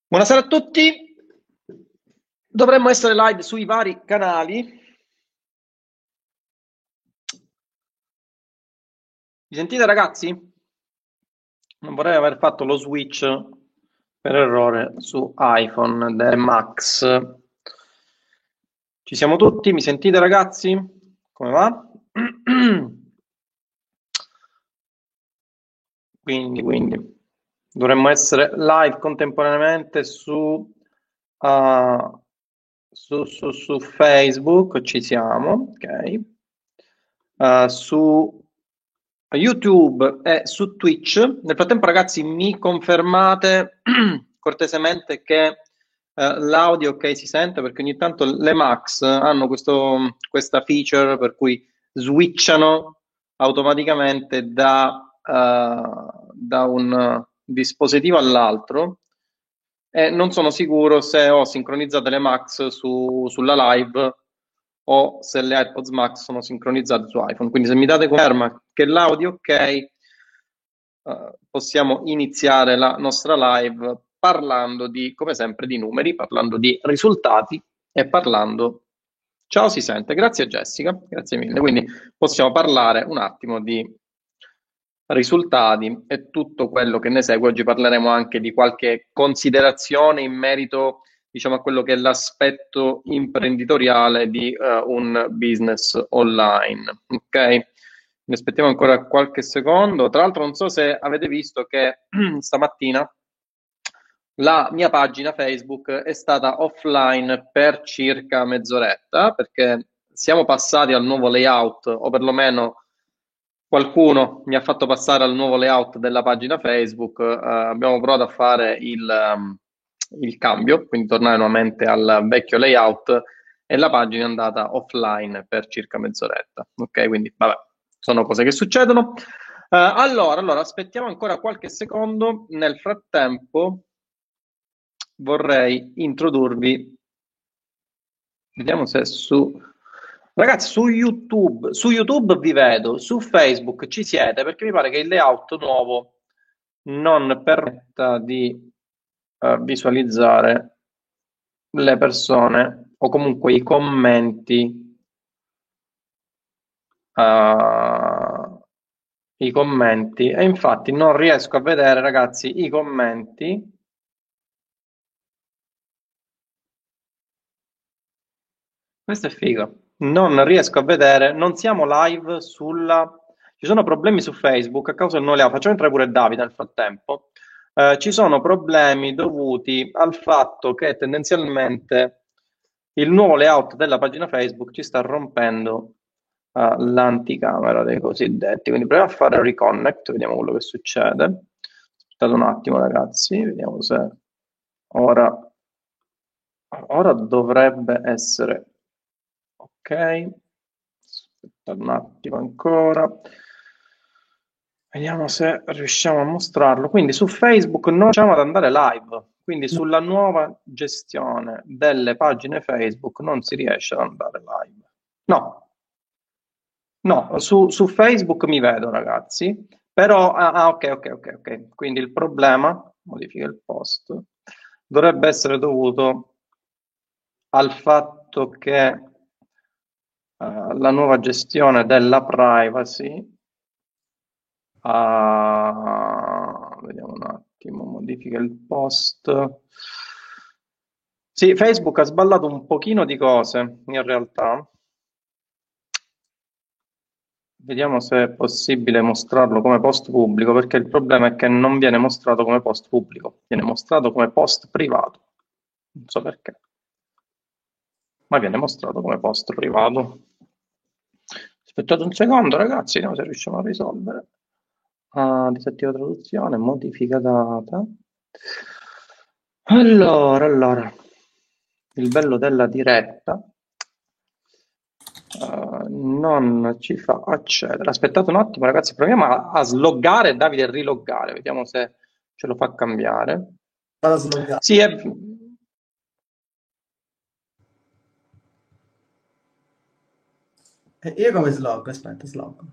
Buonasera a tutti, dovremmo essere live sui vari canali. Mi sentite ragazzi? Non vorrei aver fatto lo switch per errore su iPhone delle Max. Ci siamo tutti? Mi sentite ragazzi? Come va? Quindi dovremmo essere live contemporaneamente su Facebook, ci siamo, ok. Su YouTube e su Twitch. Nel frattempo, ragazzi, mi confermate cortesemente che l'audio ok si sente perché ogni tanto le Max hanno questa feature per cui switchano automaticamente da un dispositivo all'altro e non sono sicuro se ho sincronizzate le Max sulla live o se le AirPods Max sono sincronizzate su iPhone. Quindi se mi date conferma che l'audio è ok, possiamo iniziare la nostra live parlando di, come sempre, di numeri, parlando di risultati e parlando... Ciao, si sente. Grazie Jessica, grazie mille. Quindi possiamo parlare un attimo di risultati e tutto quello che ne segue. Oggi parleremo anche di qualche considerazione in merito, diciamo, a quello che è l'aspetto imprenditoriale di un business online. Ok? Ne aspettiamo ancora qualche secondo. Tra l'altro, non so se avete visto che stamattina la mia pagina Facebook è stata offline per circa mezz'oretta perché siamo passati al nuovo layout, o perlomeno qualcuno mi ha fatto passare al nuovo layout della pagina Facebook. Abbiamo provato a fare il cambio, quindi tornare nuovamente al vecchio layout e la pagina è andata offline per circa mezz'oretta. Ok, quindi vabbè, sono cose che succedono. Allora, aspettiamo ancora qualche secondo. Nel frattempo vorrei introdurvi, vediamo se ragazzi, su YouTube vi vedo, su Facebook ci siete perché mi pare che il layout nuovo non permetta di visualizzare le persone o comunque i commenti, e infatti non riesco a vedere, ragazzi, i commenti. Questo è figo. Non riesco a vedere, non siamo live sulla... Ci sono problemi su Facebook a causa del nuovo layout. Facciamo entrare pure Davide nel frattempo. Ci sono problemi dovuti al fatto che tendenzialmente il nuovo layout della pagina Facebook ci sta rompendo l'anticamera dei cosiddetti. Quindi proviamo a fare reconnect, vediamo quello che succede. Aspettate un attimo, ragazzi, vediamo se ora, ora dovrebbe essere ok. Aspettate un attimo ancora. Vediamo se riusciamo a mostrarlo. Quindi su Facebook non riusciamo ad andare live. Quindi sulla nuova gestione delle pagine Facebook non si riesce ad andare live. No, no, su Facebook mi vedo, ragazzi. Però, ok, ok, ok, ok. Quindi il problema, modifica il post, dovrebbe essere dovuto al fatto che la nuova gestione della privacy, vediamo un attimo, modifica il post. Sì, Facebook ha sballato un pochino di cose in realtà. Vediamo se è possibile mostrarlo come post pubblico, perché il problema è che non viene mostrato come post pubblico, viene mostrato come post privato. Non so perché, ma viene mostrato come post privato. Aspettate un secondo, ragazzi, vediamo se riusciamo a risolvere. Disattiva traduzione, modifica data. Allora, il bello della diretta non ci fa accedere. Aspettate un attimo, ragazzi, proviamo a sloggare e Davide a riloggare, vediamo se ce lo fa cambiare. Vado a sloggare. Sì, Io come slog? Aspetta, slog.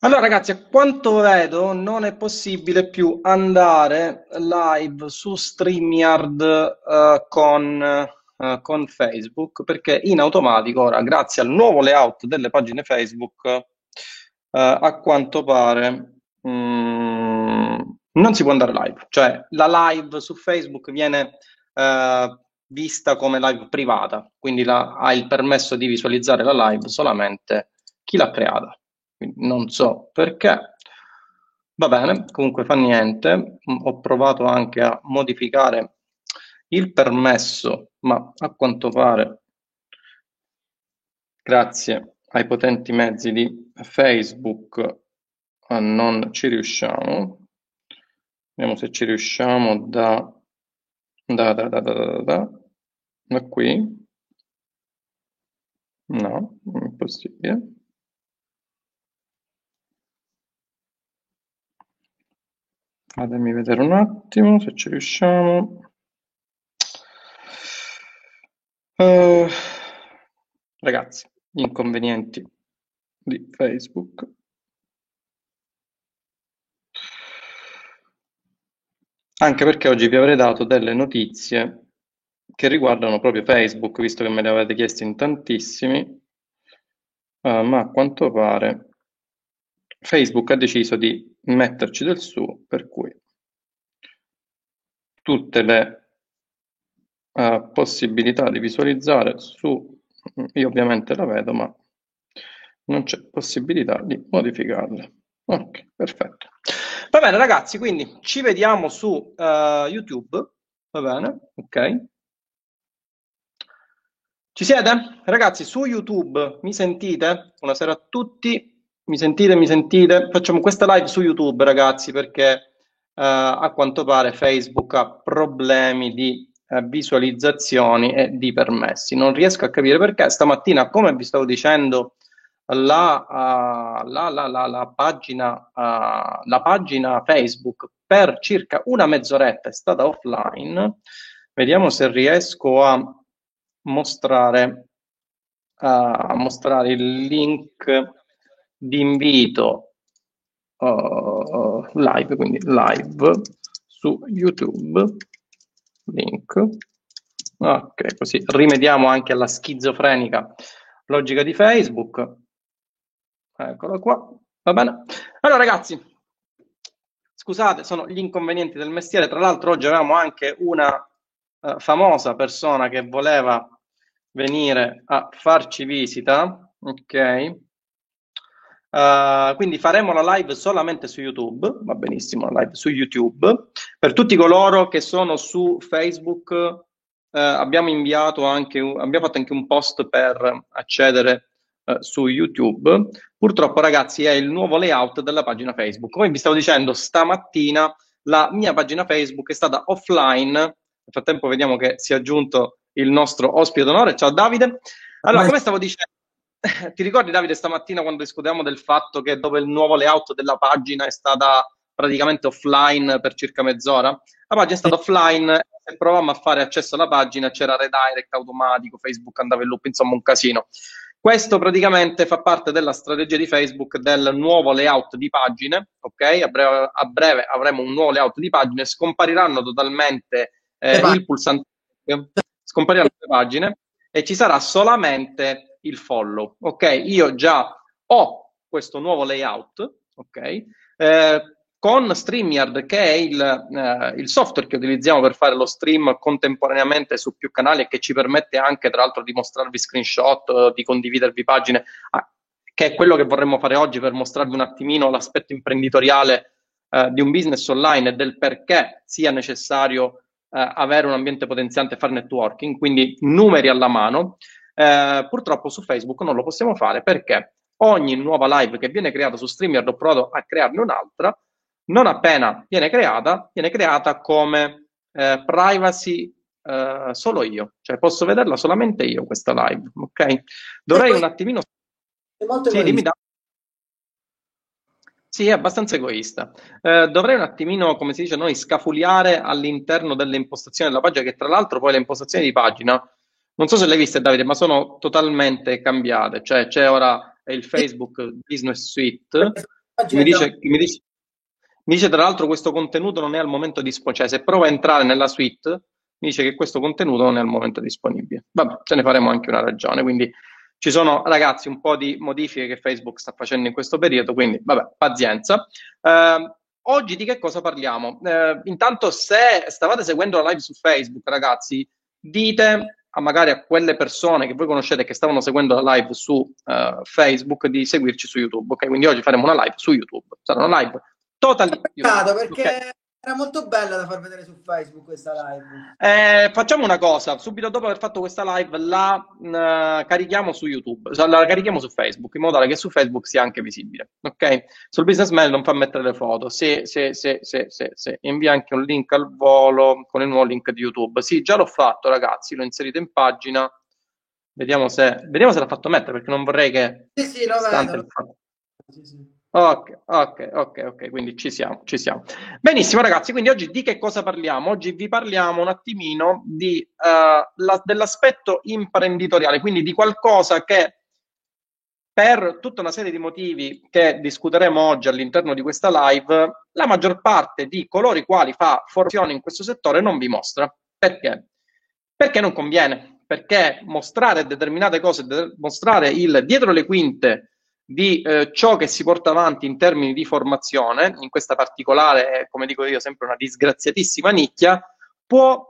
Allora, ragazzi, a quanto vedo non è possibile più andare live su StreamYard con Facebook perché in automatico ora, grazie al nuovo layout delle pagine Facebook, a quanto pare non si può andare live. Cioè, la live su Facebook viene vista come live privata, quindi ha il permesso di visualizzare la live solamente chi l'ha creata. Quindi non so perché, va bene, comunque fa niente. Ho provato anche a modificare il permesso, ma a quanto pare, grazie ai potenti mezzi di Facebook, non ci riusciamo. Vediamo se ci riusciamo da qui. No, impossibile. Fatemi vedere un attimo se ci riusciamo. Ragazzi, gli inconvenienti di Facebook. Anche perché oggi vi avrei dato delle notizie che riguardano proprio Facebook, visto che me le avete chieste in tantissimi, ma a quanto pare Facebook ha deciso di metterci del suo, per cui tutte le possibilità di visualizzare io ovviamente la vedo, ma non c'è possibilità di modificarle. Ok, perfetto. Va bene, ragazzi, quindi ci vediamo su YouTube. Va bene, ok. Ci siete? Ragazzi, su YouTube mi sentite? Buonasera a tutti. Mi sentite? Mi sentite? Facciamo questa live su YouTube, ragazzi, perché a quanto pare Facebook ha problemi di visualizzazioni e di permessi. Non riesco a capire perché. Stamattina, come vi stavo dicendo, la pagina Facebook per circa una mezz'oretta è stata offline. Vediamo se riesco a mostrare il link di invito live, quindi live su YouTube, link. Ok, così rimediamo anche alla schizofrenica logica di Facebook. Eccolo qua, va bene. Allora ragazzi, scusate, sono gli inconvenienti del mestiere. Tra l'altro oggi avevamo anche una famosa persona che voleva venire a farci visita, ok? Quindi faremo la live solamente su YouTube, va benissimo, la live su YouTube. Per tutti coloro che sono su Facebook, abbiamo fatto anche un post per accedere su YouTube. Purtroppo, ragazzi, è il nuovo layout della pagina Facebook. Come vi stavo dicendo, stamattina la mia pagina Facebook è stata offline. Nel frattempo vediamo che si è aggiunto il nostro ospite d'onore. Ciao Davide. Allora, come stavo dicendo, ti ricordi Davide stamattina quando discutiamo del fatto che dove il nuovo layout della pagina è stata praticamente offline per circa mezz'ora? La pagina è stata offline, se provavamo a fare accesso alla pagina c'era redirect automatico, Facebook andava in loop, insomma un casino. Questo praticamente fa parte della strategia di Facebook del nuovo layout di pagine, ok? A breve avremo un nuovo layout di pagine, scompariranno totalmente il pulsante, scompariranno le pagine e ci sarà solamente il follow, ok? Io già ho questo nuovo layout, ok? Con StreamYard, che è il software che utilizziamo per fare lo stream contemporaneamente su più canali e che ci permette anche, tra l'altro, di mostrarvi screenshot, di condividervi pagine, che è quello che vorremmo fare oggi per mostrarvi un attimino l'aspetto imprenditoriale di un business online e del perché sia necessario avere un ambiente potenziante e fare networking, quindi numeri alla mano. Purtroppo su Facebook non lo possiamo fare perché ogni nuova live che viene creata su StreamYard, ho provato a crearne un'altra, non appena viene creata come privacy solo io, cioè posso vederla solamente io questa live, ok? Dovrei un attimino... Sì, dimmi da... Sì, è abbastanza egoista. Dovrei un attimino, come si dice noi, scafuliare all'interno delle impostazioni della pagina, che tra l'altro poi le impostazioni di pagina, non so se le hai viste Davide, ma sono totalmente cambiate. Cioè c'è ora il Facebook Business Suite. Mi Immagine già. dice, mi dice tra l'altro questo contenuto non è al momento disponibile, cioè se provo a entrare nella suite, mi dice che questo contenuto non è al momento disponibile. Vabbè, ce ne faremo anche una ragione, quindi ci sono ragazzi un po' di modifiche che Facebook sta facendo in questo periodo, quindi vabbè, pazienza. Oggi di che cosa parliamo? Intanto se stavate seguendo la live su Facebook, ragazzi, dite magari a quelle persone che voi conoscete che stavano seguendo la live su Facebook di seguirci su YouTube, ok? Quindi oggi faremo una live su YouTube, sarà una live totally YouTube, Peccato ok? perché era molto bella da far vedere su Facebook questa live. Facciamo una cosa, subito dopo aver fatto questa live la carichiamo su YouTube, cioè, la carichiamo su Facebook, in modo tale che su Facebook sia anche visibile, ok? Sul Business Mail non fa mettere le foto, se, invia anche un link al volo con il nuovo link di YouTube. Sì, già l'ho fatto ragazzi, l'ho inserito in pagina, vediamo se l'ha fatto mettere, perché non vorrei che, Sì, sì, lo vedo. stante Lo il fatto. vedo. Sì, sì. Ok, quindi ci siamo. Benissimo, ragazzi, quindi oggi di che cosa parliamo? Oggi vi parliamo un attimino dell'aspetto imprenditoriale, quindi di qualcosa che per tutta una serie di motivi che discuteremo oggi all'interno di questa live, la maggior parte di coloro i quali fa formazione in questo settore non vi mostra. Perché? Perché non conviene, perché mostrare determinate cose, mostrare il dietro le quinte di ciò che si porta avanti in termini di formazione, in questa particolare, come dico io, sempre una disgraziatissima nicchia, può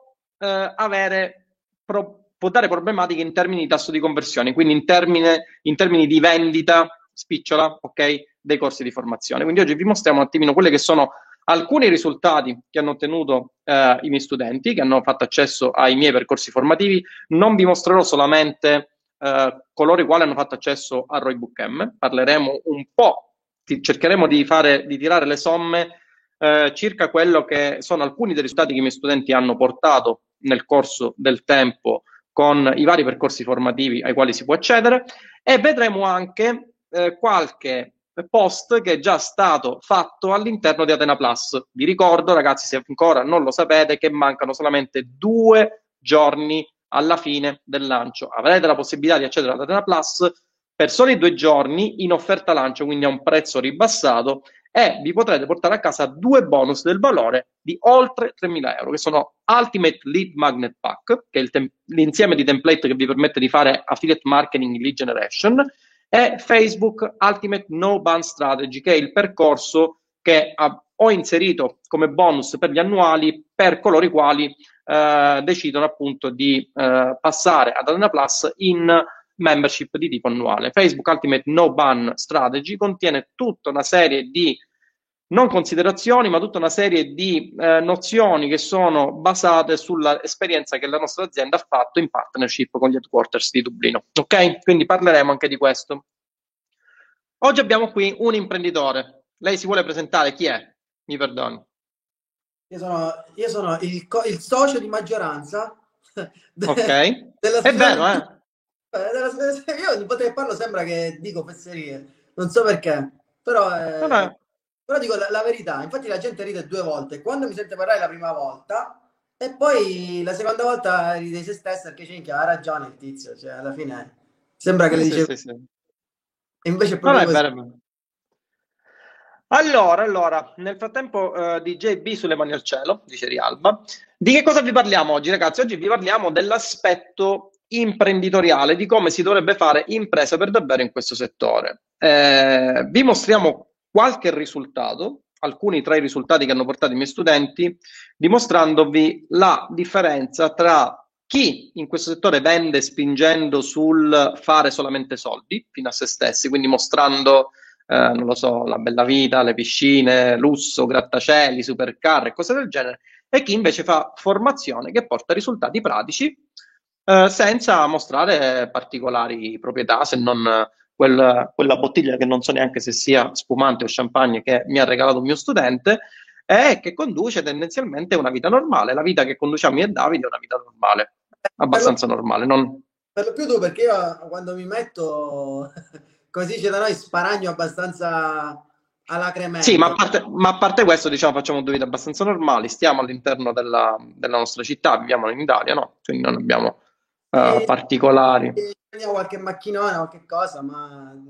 può dare problematiche in termini di tasso di conversione, quindi in termini di vendita spicciola, ok, dei corsi di formazione. Quindi oggi vi mostriamo un attimino quelle che sono alcuni risultati che hanno ottenuto i miei studenti, che hanno fatto accesso ai miei percorsi formativi. Non vi mostrerò solamente coloro i quali hanno fatto accesso a Roybook M, parleremo un po', cercheremo di tirare le somme circa quello che sono alcuni dei risultati che i miei studenti hanno portato nel corso del tempo con i vari percorsi formativi ai quali si può accedere, e vedremo anche qualche post che è già stato fatto all'interno di Atena Plus. Vi ricordo, ragazzi, se ancora non lo sapete, che mancano solamente 2 giorni alla fine del lancio. Avrete la possibilità di accedere ad Atena Plus per soli 2 giorni in offerta lancio, quindi a un prezzo ribassato, e vi potrete portare a casa 2 bonus del valore di oltre 3.000 euro, che sono Ultimate Lead Magnet Pack, che è l'insieme di template che vi permette di fare affiliate marketing lead generation, e Facebook Ultimate No Ban Strategy, che è il percorso che ho inserito come bonus per gli annuali per coloro i quali decidono appunto di passare ad Atena Plus in membership di tipo annuale. Facebook Ultimate No Ban Strategy contiene tutta una serie di non considerazioni, ma tutta una serie di nozioni che sono basate sull'esperienza che la nostra azienda ha fatto in partnership con gli headquarters di Dublino. Ok? Quindi parleremo anche di questo. Oggi abbiamo qui un imprenditore. Lei si vuole presentare? Chi è? Mi perdoni. Io sono il socio di maggioranza Ok? della È società. vero, eh? Io ogni volta che parlo sembra che dico fesserie, non so perché, però, No, no. però dico la verità. Infatti la gente ride 2 volte, quando mi sente parlare la prima volta e poi la seconda volta ride di se stessa perché c'è ha ragione il tizio, cioè alla fine sembra che le Sì, dice sì, sì. e invece è No, no, proprio è così. vero, è vero. Allora, nel frattempo DJ B sulle mani al cielo, dice Rialba. Di che cosa vi parliamo oggi, ragazzi? Oggi vi parliamo dell'aspetto imprenditoriale, di come si dovrebbe fare impresa per davvero in questo settore. Vi mostriamo qualche risultato, alcuni tra i risultati che hanno portato i miei studenti, dimostrandovi la differenza tra chi in questo settore vende spingendo sul fare solamente soldi fino a se stessi, quindi mostrando non lo so, la bella vita, le piscine, lusso, grattacieli, supercar e cose del genere, e chi invece fa formazione che porta risultati pratici senza mostrare particolari proprietà, se non quella bottiglia che non so neanche se sia spumante o champagne che mi ha regalato un mio studente, e che conduce tendenzialmente una vita normale. La vita che conduciamo io e Davide è una vita normale, Per lo, abbastanza normale. Non... per lo più tu, perché io quando mi metto, così dice da noi, sparagno abbastanza Sì, alacremente. ma a parte questo, diciamo, facciamo due vite abbastanza normali, stiamo all'interno della nostra città, viviamo in Italia, no? Quindi non abbiamo E particolari. prendiamo qualche macchinona, qualche cosa, ma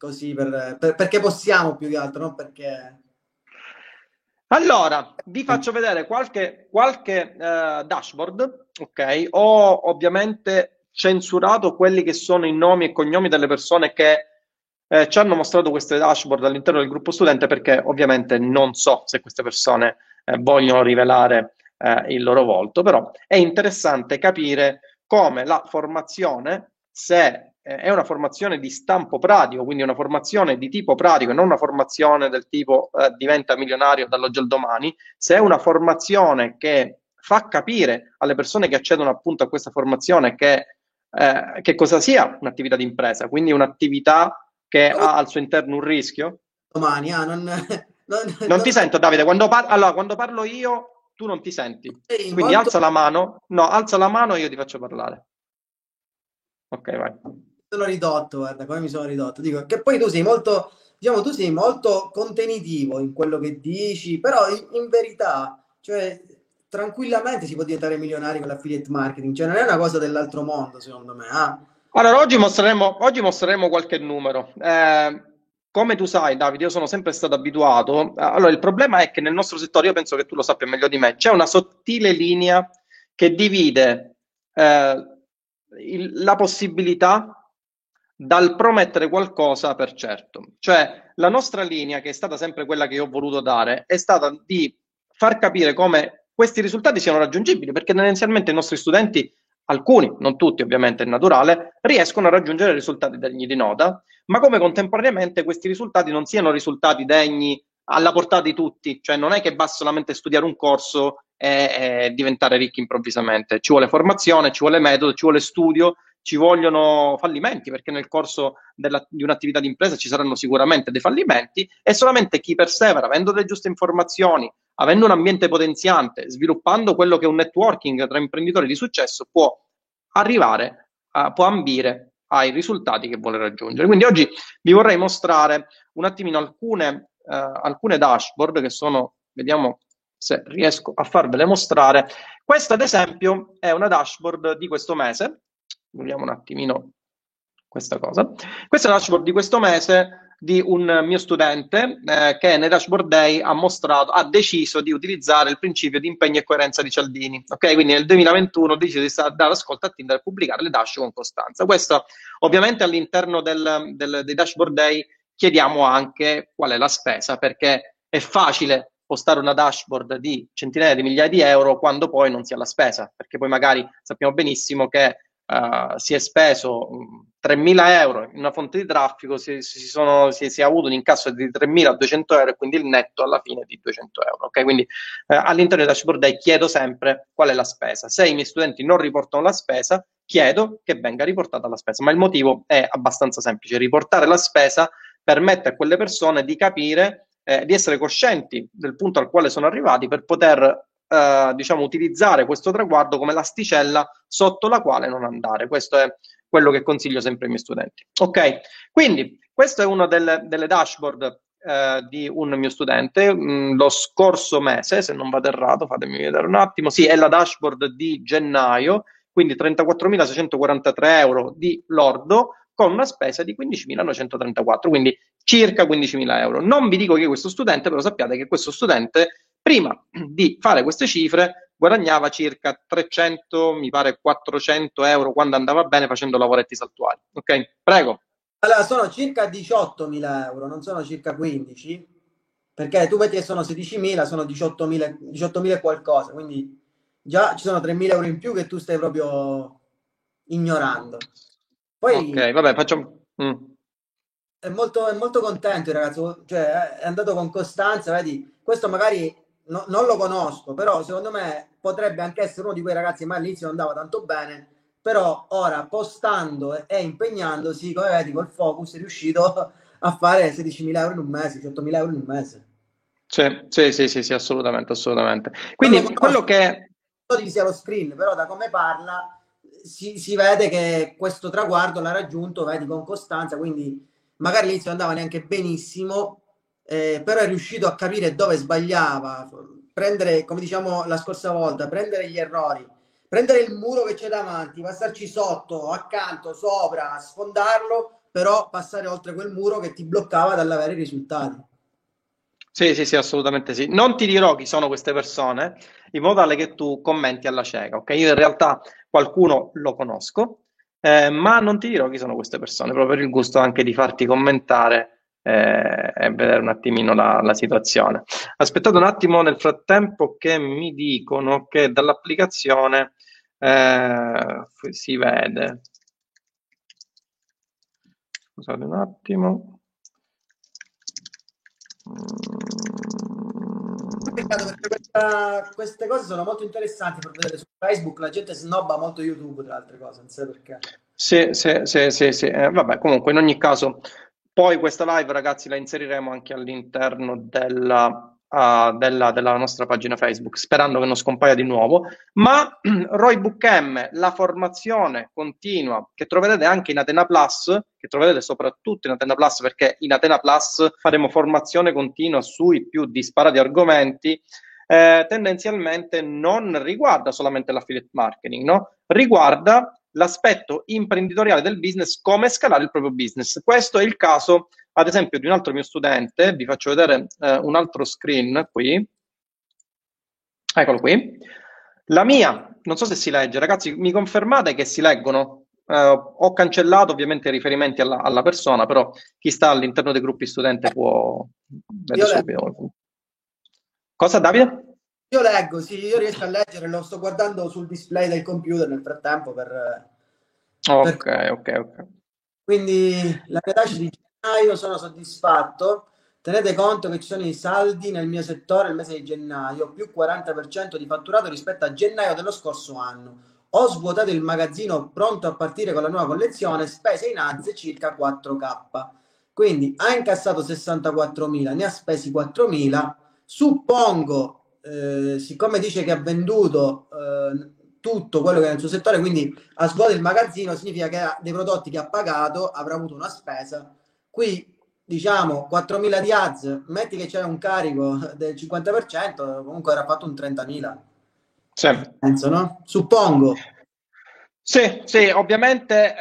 così perché possiamo più che altro, non perché... Allora, vi faccio vedere qualche dashboard, ok? Ho ovviamente censurato quelli che sono i nomi e cognomi delle persone che ci hanno mostrato queste dashboard all'interno del gruppo studente perché ovviamente non so se queste persone vogliono rivelare il loro volto, però è interessante capire come la formazione, se è una formazione di stampo pratico, quindi una formazione di tipo pratico e non una formazione del tipo diventa milionario dall'oggi al domani, se è una formazione che fa capire alle persone che accedono appunto a questa formazione che cosa sia un'attività di impresa, quindi un'attività che ha al suo interno un rischio. Domani, Non ti sento, Davide, allora, quando parlo io, tu non ti senti. sei Quindi molto... alza la mano, no, alza la mano e io ti faccio parlare. Ok, vai. sono ridotto, guarda, come mi sono ridotto. Dico che poi tu sei molto, diciamo, tu sei molto contenitivo in quello che dici, però in verità, cioè, tranquillamente si può diventare milionari con l'affiliate marketing, cioè non è una cosa dell'altro mondo, secondo me. Ah. Allora, oggi mostreremo qualche numero. Come tu sai, Davide, io sono sempre stato abituato. Allora, il problema è che nel nostro settore, io penso che tu lo sappia meglio di me, c'è una sottile linea che divide la possibilità dal promettere qualcosa per certo. Cioè, la nostra linea, che è stata sempre quella che io ho voluto dare, è stata di far capire come questi risultati siano raggiungibili, perché tendenzialmente i nostri studenti, alcuni, non tutti ovviamente, è naturale, riescono a raggiungere risultati degni di nota, ma come contemporaneamente questi risultati non siano risultati degni alla portata di tutti, cioè non è che basta solamente studiare un corso e diventare ricchi improvvisamente, ci vuole formazione, ci vuole metodo, ci vuole studio, ci vogliono fallimenti, perché nel corso di un'attività di impresa ci saranno sicuramente dei fallimenti e solamente chi persevera, avendo le giuste informazioni, avendo un ambiente potenziante, sviluppando quello che è un networking tra imprenditori di successo, può arrivare, può ambire ai risultati che vuole raggiungere. Quindi oggi vi vorrei mostrare un attimino alcune dashboard che sono, vediamo se riesco a farvele mostrare. Questa ad esempio è una dashboard di questo mese, vediamo un attimino questa cosa. Questa è la dashboard di questo mese di un mio studente che nei dashboard day ha deciso di utilizzare il principio di impegno e coerenza di Cialdini. Ok, quindi nel 2021 ha deciso di dare ascolto a Tinder e pubblicare le dash con costanza. Questo ovviamente all'interno dei dashboard day chiediamo anche qual è la spesa, perché è facile postare una dashboard di centinaia di migliaia di euro quando poi non si ha la spesa, perché poi magari sappiamo benissimo che si è speso 3.000 euro in una fonte di traffico, si è avuto un incasso di 3.200 euro e quindi il netto alla fine di 200 euro. Okay? Quindi all'interno del dashboard day chiedo sempre qual è la spesa. Se i miei studenti non riportano la spesa, chiedo che venga riportata la spesa, ma il motivo è abbastanza semplice: riportare la spesa permette a quelle persone di capire, di essere coscienti del punto al quale sono arrivati per poter diciamo, utilizzare questo traguardo come l'asticella sotto la quale non andare. Questo è quello che consiglio sempre ai miei studenti. Ok, quindi questa è una delle dashboard di un mio studente. Lo scorso mese, se non vado errato, fatemi vedere un attimo, sì, è la dashboard di gennaio, quindi 34.643 euro di lordo con una spesa di 15.934, quindi circa 15.000 euro. Non vi dico che questo studente, però sappiate che questo studente, prima di fare queste cifre, guadagnava circa 300, mi pare 400 euro quando andava bene facendo lavoretti saltuari. Ok, prego. Allora, sono circa 18.000 euro, non sono circa 15, perché tu vedi che sono 16.000, sono 18.000 e qualcosa, quindi già ci sono 3.000 euro in più che tu stai proprio ignorando. Poi Ok, vabbè, facciamo... è molto contento il ragazzo, cioè è andato con costanza, vedi, questo magari non lo conosco, però secondo me potrebbe anche essere uno di quei ragazzi, ma all'inizio non andava tanto bene, però ora postando e impegnandosi, come vedi, col focus è riuscito a fare 16.000 euro in un mese, 18.000 euro in un mese. Sì, sì, sì, sì, sì, assolutamente, assolutamente. Non lo Quindi quello conosco, che... non so di chi sia lo screen, però da come parla si vede che questo traguardo l'ha raggiunto, vedi, con costanza, quindi magari all'inizio non andava neanche benissimo, però è riuscito a capire dove sbagliava, prendere, come diciamo la scorsa volta, prendere gli errori, prendere il muro che c'è davanti, passarci sotto, accanto, sopra, sfondarlo, però passare oltre quel muro che ti bloccava dall'avere i risultati. Sì, sì, sì, assolutamente sì. Non ti dirò chi sono queste persone, in modo tale che tu commenti alla cieca, ok? Io in realtà qualcuno lo conosco, ma non ti dirò chi sono queste persone, proprio per il gusto anche di farti commentare e vedere un attimino la situazione. Aspettate un attimo nel frattempo che mi dicono che dall'applicazione si vede. Scusate un attimo. Peccato perché queste cose sono molto interessanti per vedere su Facebook, la gente snobba molto YouTube tra altre cose, non so perché. Sì, sì, sì, sì, sì. Vabbè, comunque, in ogni caso, poi questa live, ragazzi, la inseriremo anche all'interno della nostra pagina Facebook, sperando che non scompaia di nuovo. Ma Roy Book M, la formazione continua che troverete anche in Atena Plus, che troverete soprattutto in Atena Plus, perché in Atena Plus faremo formazione continua sui più disparati argomenti. Tendenzialmente non riguarda solamente l'affiliate marketing, no? Riguarda l'aspetto imprenditoriale del business, come scalare il proprio business. Questo è il caso, ad esempio, di un altro mio studente. Vi faccio vedere un altro screen qui. Eccolo qui. La mia, non so se si legge, ragazzi, mi confermate che si leggono? Ho cancellato ovviamente i riferimenti alla persona, però chi sta all'interno dei gruppi studente può vedere Io leggo, subito. Cosa, Davide? io leggo, sì, io riesco a leggere, lo sto guardando sul display del computer nel frattempo per Ok, ok, ok. quindi la mia task di gennaio sono soddisfatto. Tenete conto che ci sono i saldi nel mio settore il mese di gennaio, più 40% di fatturato rispetto a gennaio dello scorso anno. Ho svuotato il magazzino pronto a partire con la nuova collezione, spese in ads circa 4K. Quindi ha incassato 64.000, ne ha spesi 4.000. Suppongo, siccome dice che ha venduto tutto quello che è nel suo settore, quindi ha svuotato il magazzino, significa che ha dei prodotti che ha pagato, avrà avuto una spesa. Qui diciamo 4.000 di ads, metti che c'era un carico del 50%, comunque era fatto un 30.000. Sì. Penso, no? Suppongo. Sì, sì, ovviamente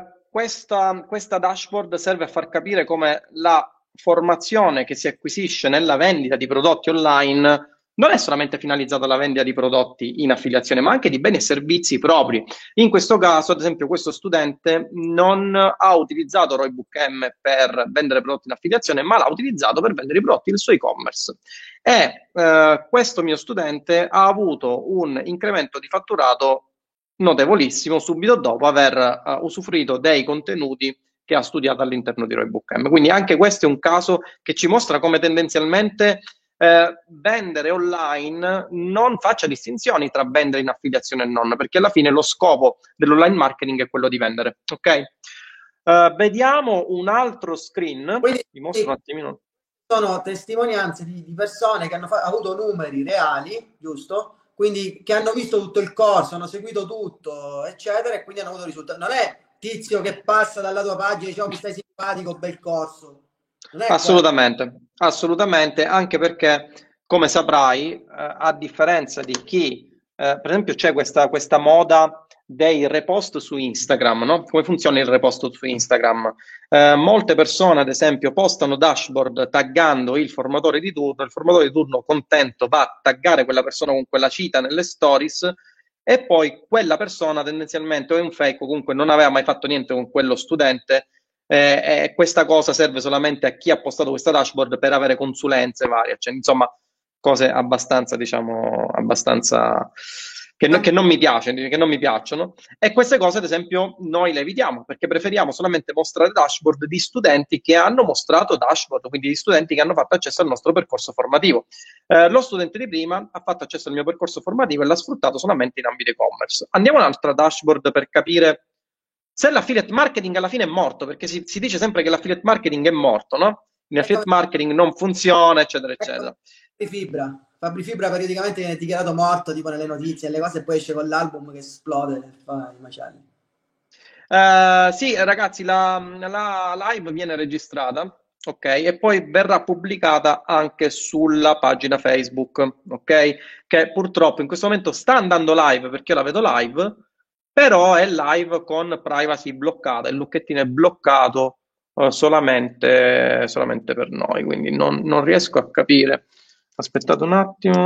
questa dashboard serve a far capire come la formazione che si acquisisce nella vendita di prodotti online non è solamente finalizzata alla vendita di prodotti in affiliazione, ma anche di beni e servizi propri. In questo caso, ad esempio, questo studente non ha utilizzato Roybook M per vendere prodotti in affiliazione, ma l'ha utilizzato per vendere i prodotti del suo e-commerce. E questo mio studente ha avuto un incremento di fatturato notevolissimo subito dopo aver usufruito dei contenuti che ha studiato all'interno di Roybook M. Quindi anche questo è un caso che ci mostra come tendenzialmente vendere online non faccia distinzioni tra vendere in affiliazione e non, perché alla fine lo scopo dell'online marketing è quello di vendere. Ok? Vediamo un altro screen, Quindi vi mostro un attimino. sono testimonianze di persone che hanno avuto numeri reali, giusto? Quindi che hanno visto tutto il corso, hanno seguito tutto, eccetera, e quindi hanno avuto risultati. Non è tizio che passa dalla tua pagina e dice: "Oh, mi stai simpatico, bel corso". Non è quello. Assolutamente, assolutamente, anche perché, come saprai, a differenza di chi, per esempio, c'è questa moda dei repost su Instagram, no? Come funziona il repost su Instagram? Molte persone, ad esempio, postano dashboard taggando il formatore di turno contento va a taggare quella persona con quella cita nelle stories e poi quella persona tendenzialmente o è un fake o comunque non aveva mai fatto niente con quello studente questa cosa serve solamente a chi ha postato questa dashboard per avere consulenze varie, cioè, insomma, cose abbastanza, diciamo, abbastanza che non mi piace, che non mi piacciono. E queste cose, ad esempio, noi le evitiamo perché preferiamo solamente mostrare dashboard di studenti che hanno mostrato dashboard, quindi di studenti che hanno fatto accesso al nostro percorso formativo. Lo studente di prima ha fatto accesso al mio percorso formativo e l'ha sfruttato solamente in ambito e-commerce. Andiamo a un'altra dashboard per capire se l'affiliate marketing alla fine è morto, perché si dice sempre che l'affiliate marketing è morto, no? L'affiliate marketing non funziona, eccetera, eccetera. Fabri Fibra periodicamente viene dichiarato morto, tipo nelle notizie, le cose, e poi esce con l'album che esplode e fa i macelli. Sì, ragazzi, la live viene registrata, ok? E poi verrà pubblicata anche sulla pagina Facebook, ok? Che purtroppo in questo momento sta andando live perché io la vedo live, però è live con privacy bloccata, il lucchettino è bloccato solamente per noi, quindi non riesco a capire. Aspettate un attimo.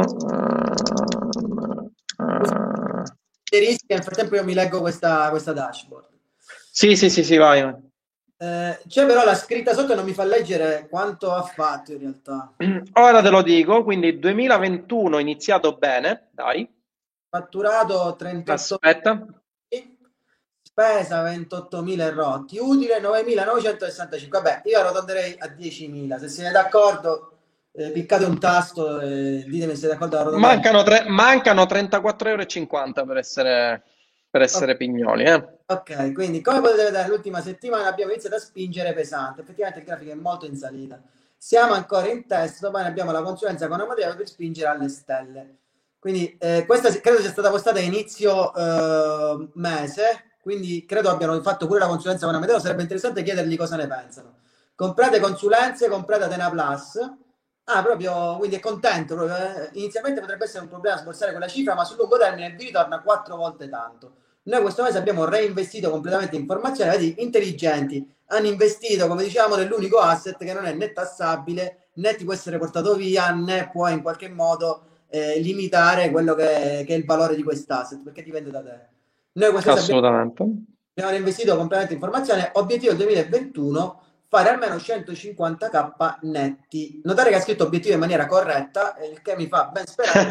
Dei rischi, nel frattempo io mi leggo questa dashboard. Sì, sì, sì, sì, vai. C'è però la scritta sotto non mi fa leggere quanto ha fatto in realtà. Ora te lo dico, quindi 2021 iniziato bene, dai. Fatturato 38 Aspetta. spesa 28.000 e rotti, utile 9.965. Vabbè, io arrotonderei a 10.000. Se siete d'accordo, cliccate un tasto e ditemi se siete d'accordo ad arrotondare. Mancano 34,50 euro per Ok, essere pignoli, eh. ok, quindi come potete vedere l'ultima settimana abbiamo iniziato a spingere pesante. Effettivamente il grafico è molto in salita. Siamo ancora in test, domani abbiamo la consulenza con Amadeo per spingere alle stelle. Quindi questa credo sia stata postata a inizio mese, quindi credo abbiano fatto pure la consulenza con Amadeo, sarebbe interessante chiedergli cosa ne pensano. Comprate consulenze, comprate Atena Plus. Ah, proprio, quindi è contento. Proprio, inizialmente potrebbe essere un problema sborsare quella cifra, ma sul lungo termine vi ritorna 4 volte tanto. Noi questo mese abbiamo reinvestito completamente in informazioni, vedi, intelligenti, hanno investito, come diciamo, nell'unico asset che non è né tassabile, né ti può essere portato via, né può in qualche modo limitare quello che è il valore di quest'asset, perché dipende da te. Noi questo mese Assolutamente. abbiamo investito completamente in informazione, obiettivo del 2021, fare almeno 150k netti. Notare che ha scritto obiettivo in maniera corretta, il che mi fa ben sperare.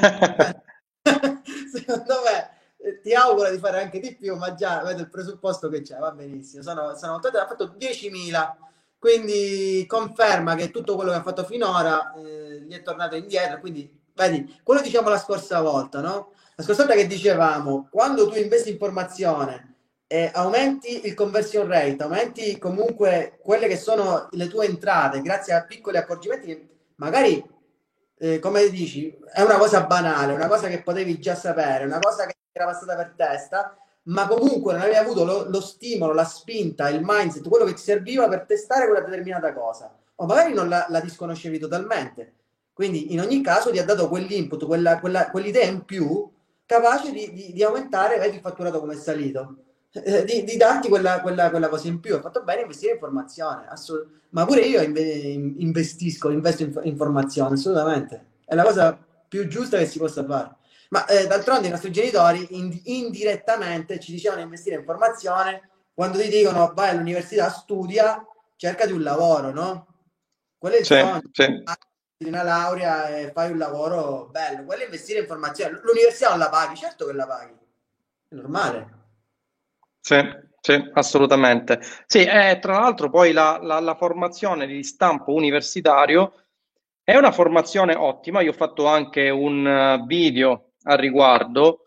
Secondo me ti auguro di fare anche di più, ma già vedo il presupposto che c'è, va benissimo. Ha fatto 10.000, quindi conferma che tutto quello che ha fatto finora gli è tornato indietro. Quindi, vedi, quello diciamo la scorsa volta, no? La scorsa volta che dicevamo, quando tu investi in formazione aumenti il conversion rate, aumenti comunque quelle che sono le tue entrate grazie a piccoli accorgimenti che magari, come dici, è una cosa banale, una cosa che potevi già sapere, una cosa che era passata per testa, ma comunque non avevi avuto lo stimolo, la spinta, il mindset, quello che ti serviva per testare quella determinata cosa. O magari non la disconoscevi totalmente. Quindi in ogni caso ti ha dato quell'input, quell'idea in più capace di aumentare, vedi il fatturato come è salito, di darti quella cosa in più. Hai fatto bene investire in formazione, ma pure io investo in formazione, assolutamente. È la cosa più giusta che si possa fare. Ma d'altronde i nostri genitori indirettamente ci dicevano di investire in formazione quando ti dicono vai all'università, studia, cercati un lavoro, no? Quello è il Sì, sogno. sì, Di una laurea e fai un lavoro bello. Quello è investire in formazione. L'università non la paghi, certo che la paghi. È normale. sì, sì, assolutamente. Sì, tra l'altro poi la formazione di stampo universitario è una formazione ottima. Io ho fatto anche un video al riguardo.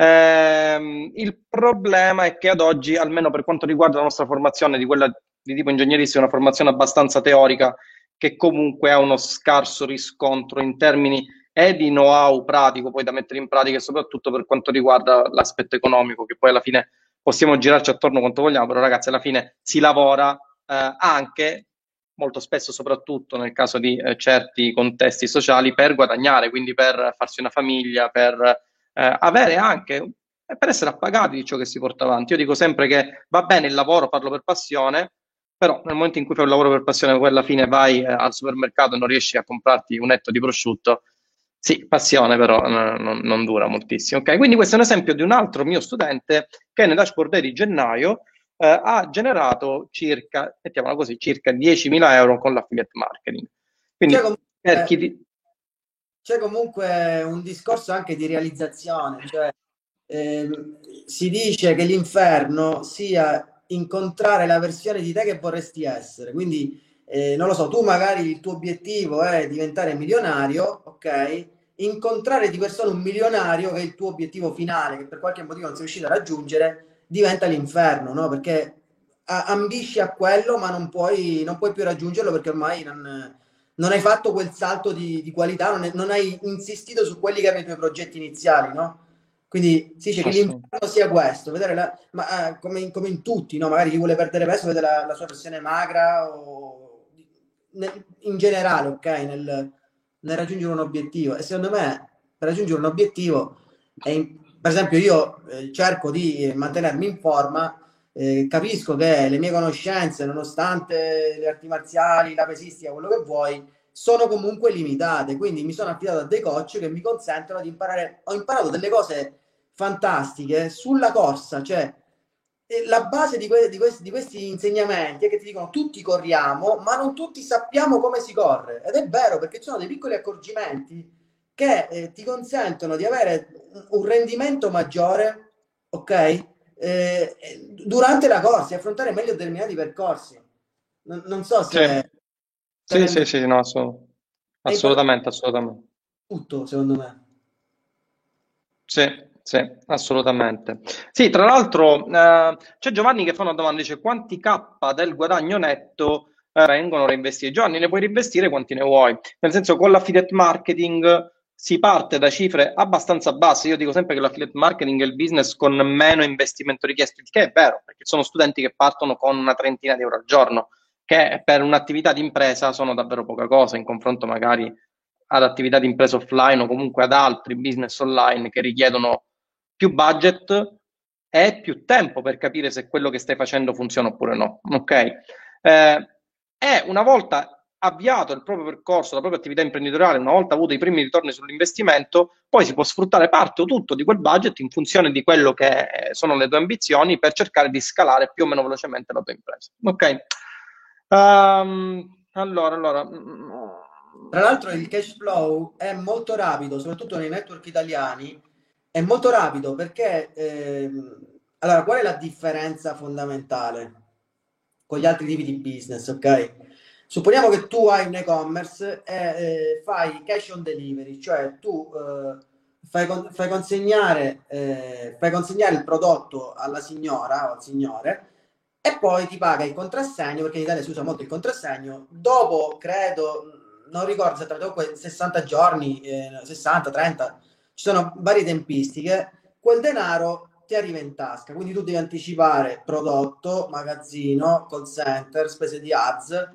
Il problema è che ad oggi, almeno per quanto riguarda la nostra formazione di quella di tipo ingegneristica, è una formazione abbastanza teorica che comunque ha uno scarso riscontro in termini di know-how pratico poi da mettere in pratica e soprattutto per quanto riguarda l'aspetto economico, che poi alla fine possiamo girarci attorno quanto vogliamo, però ragazzi alla fine si lavora anche molto spesso, soprattutto nel caso di certi contesti sociali, per guadagnare, quindi per farsi una famiglia, per avere anche, per essere appagati di ciò che si porta avanti. Io dico sempre che va bene il lavoro, farlo per passione, però nel momento in cui fai un lavoro per passione, poi alla fine vai al supermercato e non riesci a comprarti un etto di prosciutto, sì, passione però non dura moltissimo. Ok, quindi questo è un esempio di un altro mio studente che nel dashboard day di gennaio ha generato circa, mettiamola così, circa 10.000 euro con l'affiliate marketing. C'è Quindi per comunque, chi di... c'è comunque un discorso anche di realizzazione, cioè si dice che l'inferno sia incontrare la versione di te che vorresti essere. Quindi, non lo so, tu magari il tuo obiettivo è diventare milionario, ok? Incontrare di persona un milionario che è il tuo obiettivo finale, che per qualche motivo non sei riuscito a raggiungere, diventa l'inferno, no? Perché ambisci a quello, ma non puoi più raggiungerlo perché ormai non hai fatto quel salto di qualità, non hai insistito su quelli che erano i tuoi progetti iniziali, no? Quindi si dice che Assolutamente. l'inferno sia questo, vedere come in tutti, no? Magari chi vuole perdere peso vede la sua versione magra o in generale, ok? Nel raggiungere un obiettivo. E secondo me, per raggiungere un obiettivo, per esempio io cerco di mantenermi in forma capisco che le mie conoscenze, nonostante le arti marziali, la pesistica, quello che vuoi, sono comunque limitate, quindi mi sono affidato a dei coach che mi consentono di imparare. Ho imparato delle cose fantastiche sulla corsa, cioè la base di questi insegnamenti è che ti dicono tutti corriamo, ma non tutti sappiamo come si corre. Ed è vero, perché ci sono dei piccoli accorgimenti che ti consentono di avere un rendimento maggiore, ok? Durante la corsa e affrontare meglio determinati percorsi. Non so Sì, se sì, rende sì, sì, no, è importante assolutamente, assolutamente. tutto, secondo me. Sì, sì, assolutamente. Sì, tra l'altro c'è Giovanni che fa una domanda, dice quanti K del guadagno netto vengono reinvestiti? Giovanni, ne puoi reinvestire quanti ne vuoi? Nel senso, con l'affiliate marketing si parte da cifre abbastanza basse. Io dico sempre che l'affiliate marketing è il business con meno investimento richiesto, il che è vero, perché sono studenti che partono con una trentina di euro al giorno, che per un'attività di impresa sono davvero poca cosa in confronto magari ad attività di impresa offline o comunque ad altri business online che richiedono più budget e più tempo per capire se quello che stai facendo funziona oppure no. Ok? E una volta avviato il proprio percorso, la propria attività imprenditoriale, una volta avuto i primi ritorni sull'investimento, poi si può sfruttare parte o tutto di quel budget in funzione di quello che sono le tue ambizioni per cercare di scalare più o meno velocemente la tua impresa. Ok? Tra l'altro il cash flow è molto rapido, soprattutto nei network italiani, è molto rapido perché, allora, qual è la differenza fondamentale con gli altri tipi di business, ok? Supponiamo che tu hai un e-commerce e fai cash on delivery, cioè tu fai consegnare il prodotto alla signora o al signore e poi ti paga il contrassegno, perché in Italia si usa molto il contrassegno, dopo, credo, non ricordo esattamente, comunque 60 giorni, 60, 30, ci sono varie tempistiche, quel denaro ti arriva in tasca, quindi tu devi anticipare prodotto, magazzino, call center, spese di ads.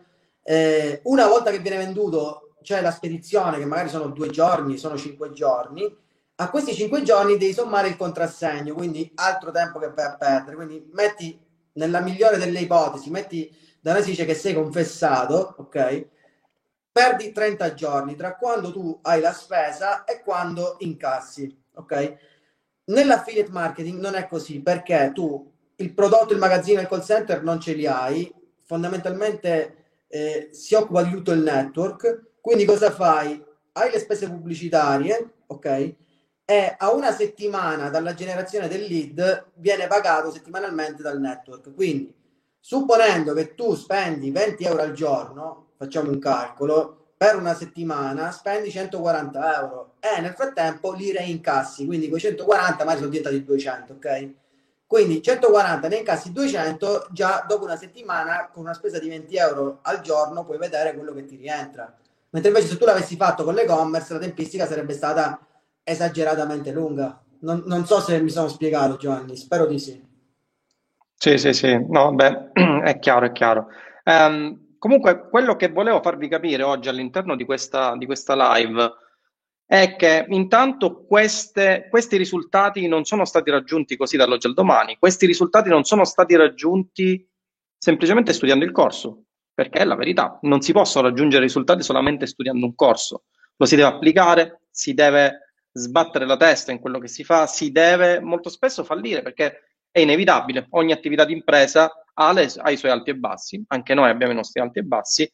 Una volta che viene venduto c'è la spedizione, che magari sono 2 giorni, sono 5 giorni. A questi 5 giorni devi sommare il contrassegno, quindi altro tempo che vai a perdere. Quindi metti, nella migliore delle ipotesi, metti da noi si dice che sei confessato, ok? Perdi 30 giorni tra quando tu hai la spesa e quando incassi, ok? Nell'affiliate marketing non è così, perché tu il prodotto, il magazzino e il call center non ce li hai, fondamentalmente si occupa di tutto il network, quindi cosa fai? Hai le spese pubblicitarie, ok? E a una settimana dalla generazione del lead viene pagato settimanalmente dal network. Quindi, supponendo che tu spendi 20 euro al giorno, facciamo un calcolo, per una settimana spendi 140 euro e nel frattempo li reincassi, quindi quei 140 magari sono diventati 200, ok? Quindi 140 ne incassi 200, già dopo una settimana con una spesa di 20 euro al giorno puoi vedere quello che ti rientra. Mentre invece se tu l'avessi fatto con l'e-commerce la tempistica sarebbe stata esageratamente lunga. Non so se mi sono spiegato, Giovanni, spero di sì. Sì, sì, sì, no, beh, è chiaro, è chiaro. Comunque, quello che volevo farvi capire oggi all'interno di questa live è che intanto questi risultati non sono stati raggiunti così dall'oggi al domani, questi risultati non sono stati raggiunti semplicemente studiando il corso, perché è la verità, non si possono raggiungere risultati solamente studiando un corso, lo si deve applicare, si deve sbattere la testa in quello che si fa, si deve molto spesso fallire perché è inevitabile, ogni attività di impresa ha i suoi alti e bassi, anche noi abbiamo i nostri alti e bassi,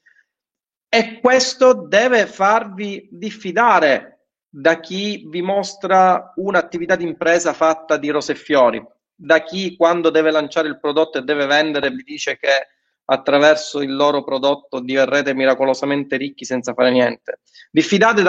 e questo deve farvi diffidare da chi vi mostra un'attività di impresa fatta di rose e fiori, da chi quando deve lanciare il prodotto e deve vendere vi dice che attraverso il loro prodotto diverrete miracolosamente ricchi senza fare niente. Diffidate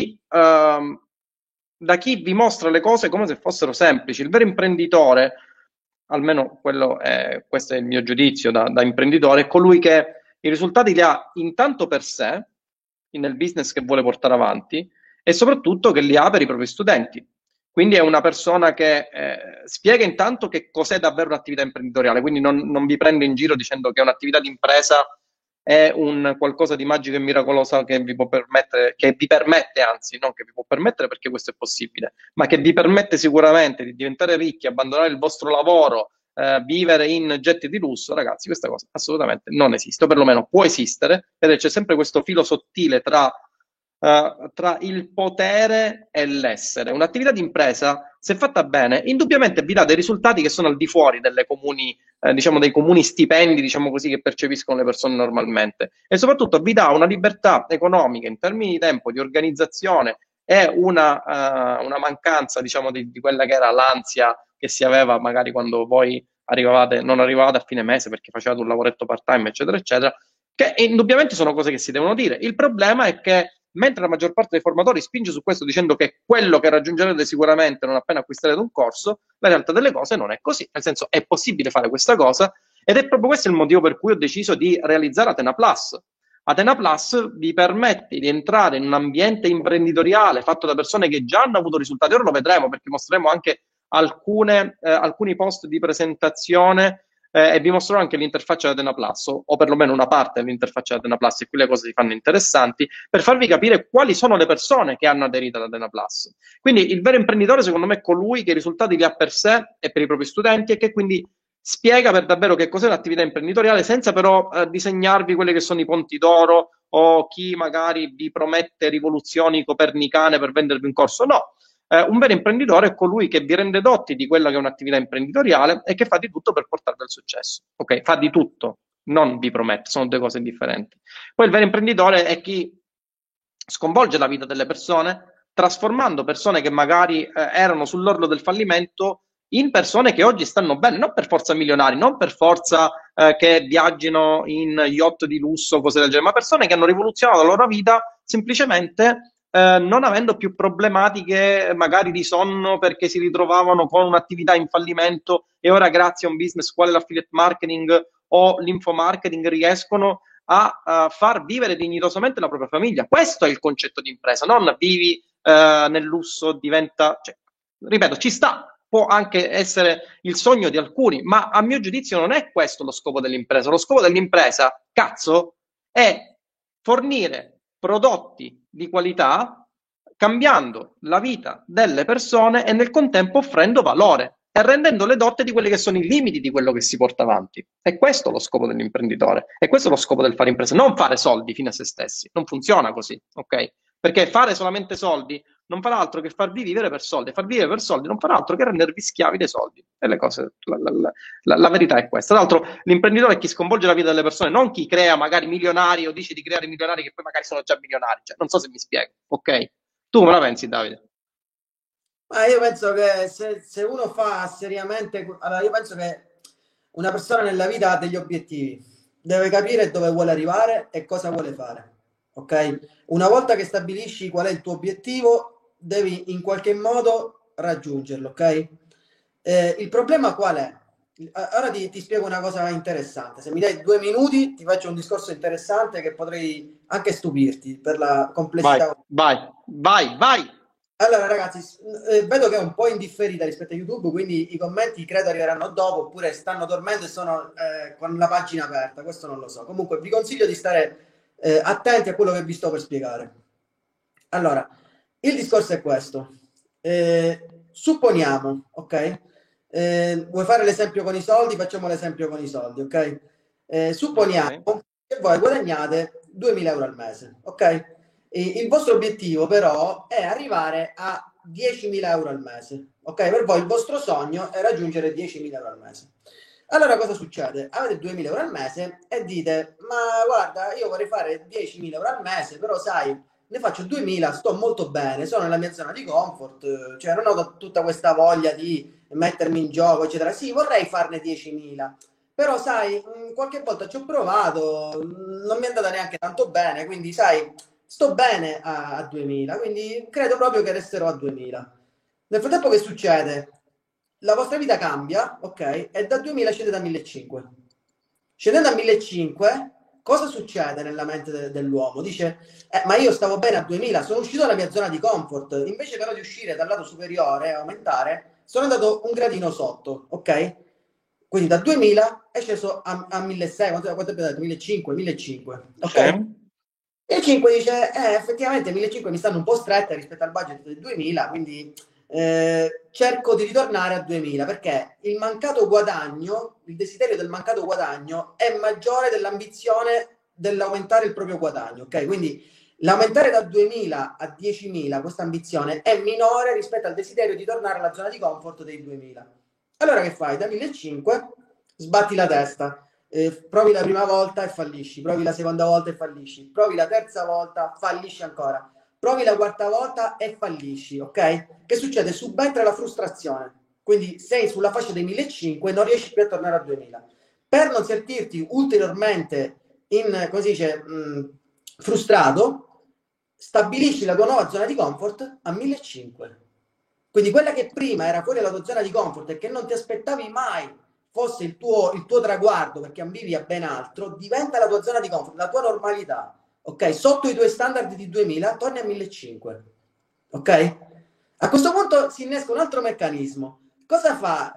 da chi vi mostra le cose come se fossero semplici. Il vero imprenditore, almeno questo è il mio giudizio da imprenditore, è colui che i risultati li ha intanto per sé, nel business che vuole portare avanti, e soprattutto che li ha per i propri studenti. Quindi è una persona che spiega intanto che cos'è davvero un'attività imprenditoriale, quindi non vi prendo in giro dicendo che un'attività di impresa è un qualcosa di magico e miracoloso che vi può permettere, che vi permette, anzi, non che vi può permettere perché questo è possibile, ma che vi permette sicuramente di diventare ricchi, abbandonare il vostro lavoro, vivere in getti di lusso, ragazzi, questa cosa assolutamente non esiste, o perlomeno può esistere, ed c'è sempre questo filo sottile tra il potere e l'essere. Un'attività di impresa, se fatta bene, indubbiamente vi dà dei risultati che sono al di fuori delle comuni, diciamo, dei comuni stipendi, diciamo così, che percepiscono le persone normalmente. E soprattutto vi dà una libertà economica in termini di tempo, di organizzazione e una mancanza, diciamo, di quella che era l'ansia che si aveva magari quando voi non arrivavate a fine mese perché facevate un lavoretto part-time, eccetera, eccetera, che indubbiamente sono cose che si devono dire. Il problema è che mentre la maggior parte dei formatori spinge su questo dicendo che è quello che raggiungerete sicuramente non appena acquisterete un corso, la realtà delle cose non è così, nel senso è possibile fare questa cosa ed è proprio questo il motivo per cui ho deciso di realizzare Atena Plus. Atena Plus vi permette di entrare in un ambiente imprenditoriale fatto da persone che già hanno avuto risultati, ora lo vedremo perché mostreremo anche alcuni post di presentazione e vi mostrerò anche l'interfaccia di Atena Plus, o perlomeno una parte dell'interfaccia di Atena Plus, e qui le cose si fanno interessanti, per farvi capire quali sono le persone che hanno aderito ad Atena Plus. Quindi il vero imprenditore, secondo me, è colui che i risultati li ha per sé e per i propri studenti e che quindi spiega per davvero che cos'è l'attività imprenditoriale senza però disegnarvi quelli che sono i ponti d'oro o chi magari vi promette rivoluzioni copernicane per vendervi un corso. No, un vero imprenditore è colui che vi rende dotti di quella che è un'attività imprenditoriale e che fa di tutto per portarvi al successo. Ok, fa di tutto, non vi promette, sono due cose differenti. Poi il vero imprenditore è chi sconvolge la vita delle persone, trasformando persone che magari erano sull'orlo del fallimento in persone che oggi stanno bene, non per forza milionari, non per forza che viaggino in yacht di lusso, cose del genere, ma persone che hanno rivoluzionato la loro vita semplicemente non avendo più problematiche magari di sonno perché si ritrovavano con un'attività in fallimento e ora grazie a un business quale l'affiliate marketing o l'infomarketing riescono a far vivere dignitosamente la propria famiglia. Questo è il concetto di impresa, non vivi nel lusso, diventa... Cioè, ripeto, ci sta, può anche essere il sogno di alcuni, ma a mio giudizio non è questo lo scopo dell'impresa. Lo scopo dell'impresa, cazzo, è fornire prodotti di qualità cambiando la vita delle persone e nel contempo offrendo valore e rendendole dotte di quelli che sono i limiti di quello che si porta avanti. E questo è lo scopo dell'imprenditore, e questo è lo scopo del fare impresa, non fare soldi fine a se stessi, non funziona così, ok? Perché fare solamente soldi non farà altro che farvi vivere per soldi, e far vivere per soldi non farà altro che rendervi schiavi dei soldi. E le cose, la verità è questa. Tra l'altro, l'imprenditore è chi sconvolge la vita delle persone, non chi crea magari milionari o dice di creare milionari che poi magari sono già milionari. Cioè, non so se mi spiego, ok? Tu come la pensi, Davide? Ma io penso che se uno fa seriamente, allora io penso che una persona nella vita ha degli obiettivi, deve capire dove vuole arrivare e cosa vuole fare, ok? Una volta che stabilisci qual è il tuo obiettivo, devi in qualche modo raggiungerlo, ok? Il problema qual è? Ora ti spiego una cosa interessante. Se mi dai 2 minuti, ti faccio un discorso interessante che potrei anche stupirti per la Vai, complessità. vai, vai, vai! Allora, ragazzi, vedo che è un po' indifferita rispetto a YouTube, quindi i commenti credo arriveranno dopo, oppure stanno dormendo e sono con la pagina aperta, questo non lo so. Comunque vi consiglio di stare attenti a quello che vi sto per spiegare. Allora, il discorso è questo. Supponiamo, ok? Vuoi fare l'esempio con i soldi? Facciamo l'esempio con i soldi, ok? Supponiamo Ok. che voi guadagnate 2.000 euro al mese, ok? Il vostro obiettivo però è arrivare a 10.000 euro al mese, ok? Per voi il vostro sogno è raggiungere 10.000 euro al mese. Allora cosa succede? Avete 2.000 euro al mese e dite, ma guarda, io vorrei fare 10.000 euro al mese, però sai, ne faccio 2.000, sto molto bene, sono nella mia zona di comfort, cioè non ho tutta questa voglia di mettermi in gioco, eccetera. Sì, vorrei farne 10.000, però sai, qualche volta ci ho provato, non mi è andata neanche tanto bene, quindi sai, sto bene a 2000, quindi credo proprio che resterò a 2000. Nel frattempo che succede? La vostra vita cambia, ok? E da 2000 scendete a 1500. Scendendo a 1500, cosa succede nella mente dell'uomo? Dice, ma io stavo bene a 2000, sono uscito dalla mia zona di comfort, invece però di uscire dal lato superiore e aumentare, sono andato un gradino sotto, ok? Quindi da 2000 è sceso a 1600, quanto abbiamo detto? 1500, 1500, Sì. ok? E il 5 dice, effettivamente 1500 mi stanno un po' strette rispetto al budget del 2000, quindi cerco di ritornare a 2000 perché il mancato guadagno, il desiderio del mancato guadagno è maggiore dell'ambizione dell'aumentare il proprio guadagno, ok? Quindi l'aumentare da 2000 a 10.000, questa ambizione è minore rispetto al desiderio di tornare alla zona di comfort dei 2000. Allora che fai? Da 1.500 sbatti la testa, provi la prima volta e fallisci, provi la seconda volta e fallisci, provi la terza volta, fallisci ancora, provi la quarta volta e fallisci, ok? Che succede? Subentra la frustrazione. Quindi sei sulla fascia dei 1.500 e non riesci più a tornare a 2000. Per non sentirti ulteriormente come si dice, frustrato, stabilisci la tua nuova zona di comfort a 1.500. Quindi quella che prima era fuori dalla tua zona di comfort e che non ti aspettavi mai fosse il tuo traguardo perché ambivi a ben altro, diventa la tua zona di comfort, la tua normalità. Ok? Sotto i tuoi standard di 2000 torni a 1.500. Ok? A questo punto si innesca un altro meccanismo. Cosa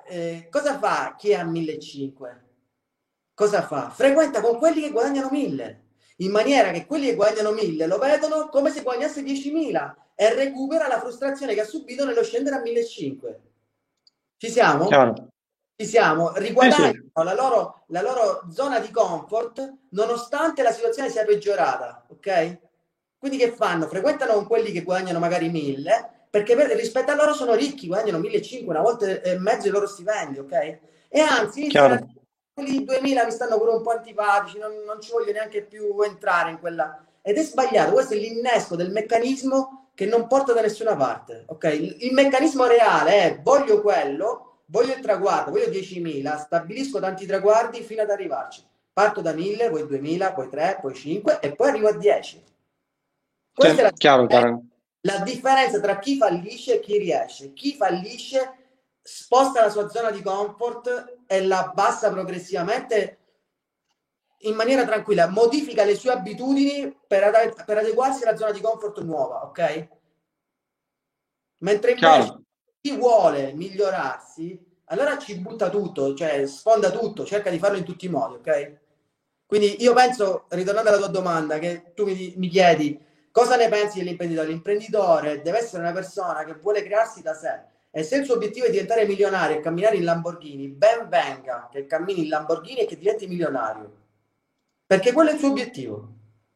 fa chi è a 1.500? Cosa fa? Frequenta con quelli che guadagnano 1.000, in maniera che quelli che guadagnano 1.000 lo vedono come se guadagnasse 10.000 e recupera la frustrazione che ha subito nello scendere a 1.500. Ci siamo? Chiaro. Ci siamo? Sì, Riguadagnano sì, la loro zona di comfort nonostante la situazione sia peggiorata, ok? Quindi che fanno? Frequentano con quelli che guadagnano magari 1.000 perché rispetto a loro sono ricchi, guadagnano 1.500, una volta e mezzo i loro stipendi, ok? E anzi iniziano a chiaro. dire quelli 2000 mi stanno pure un po' antipatici, non ci voglio neanche più entrare in quella. Ed è sbagliato, questo è l'innesco del meccanismo che non porta da nessuna parte, ok? Il meccanismo reale è voglio quello, voglio il traguardo, voglio 10.000, stabilisco tanti traguardi fino ad arrivarci. Parto da 1.000, poi 2.000, poi 3, poi 5 e poi arrivo a 10. Questa è Sì, chiaro, chiaro. la differenza tra chi fallisce e chi riesce. Chi fallisce sposta la sua zona di comfort e la abbassa progressivamente in maniera tranquilla, modifica le sue abitudini per adeguarsi alla zona di comfort nuova, ok? Mentre invece Chiaro. chi vuole migliorarsi, allora ci butta tutto, cioè sfonda tutto, cerca di farlo in tutti i modi, ok? Quindi io penso, ritornando alla tua domanda, che tu mi chiedi cosa ne pensi dell'imprenditore? L'imprenditore deve essere una persona che vuole crearsi da sé e se il suo obiettivo è diventare milionario e camminare in Lamborghini, ben venga che cammini in Lamborghini e che diventi milionario, perché quello è il suo obiettivo.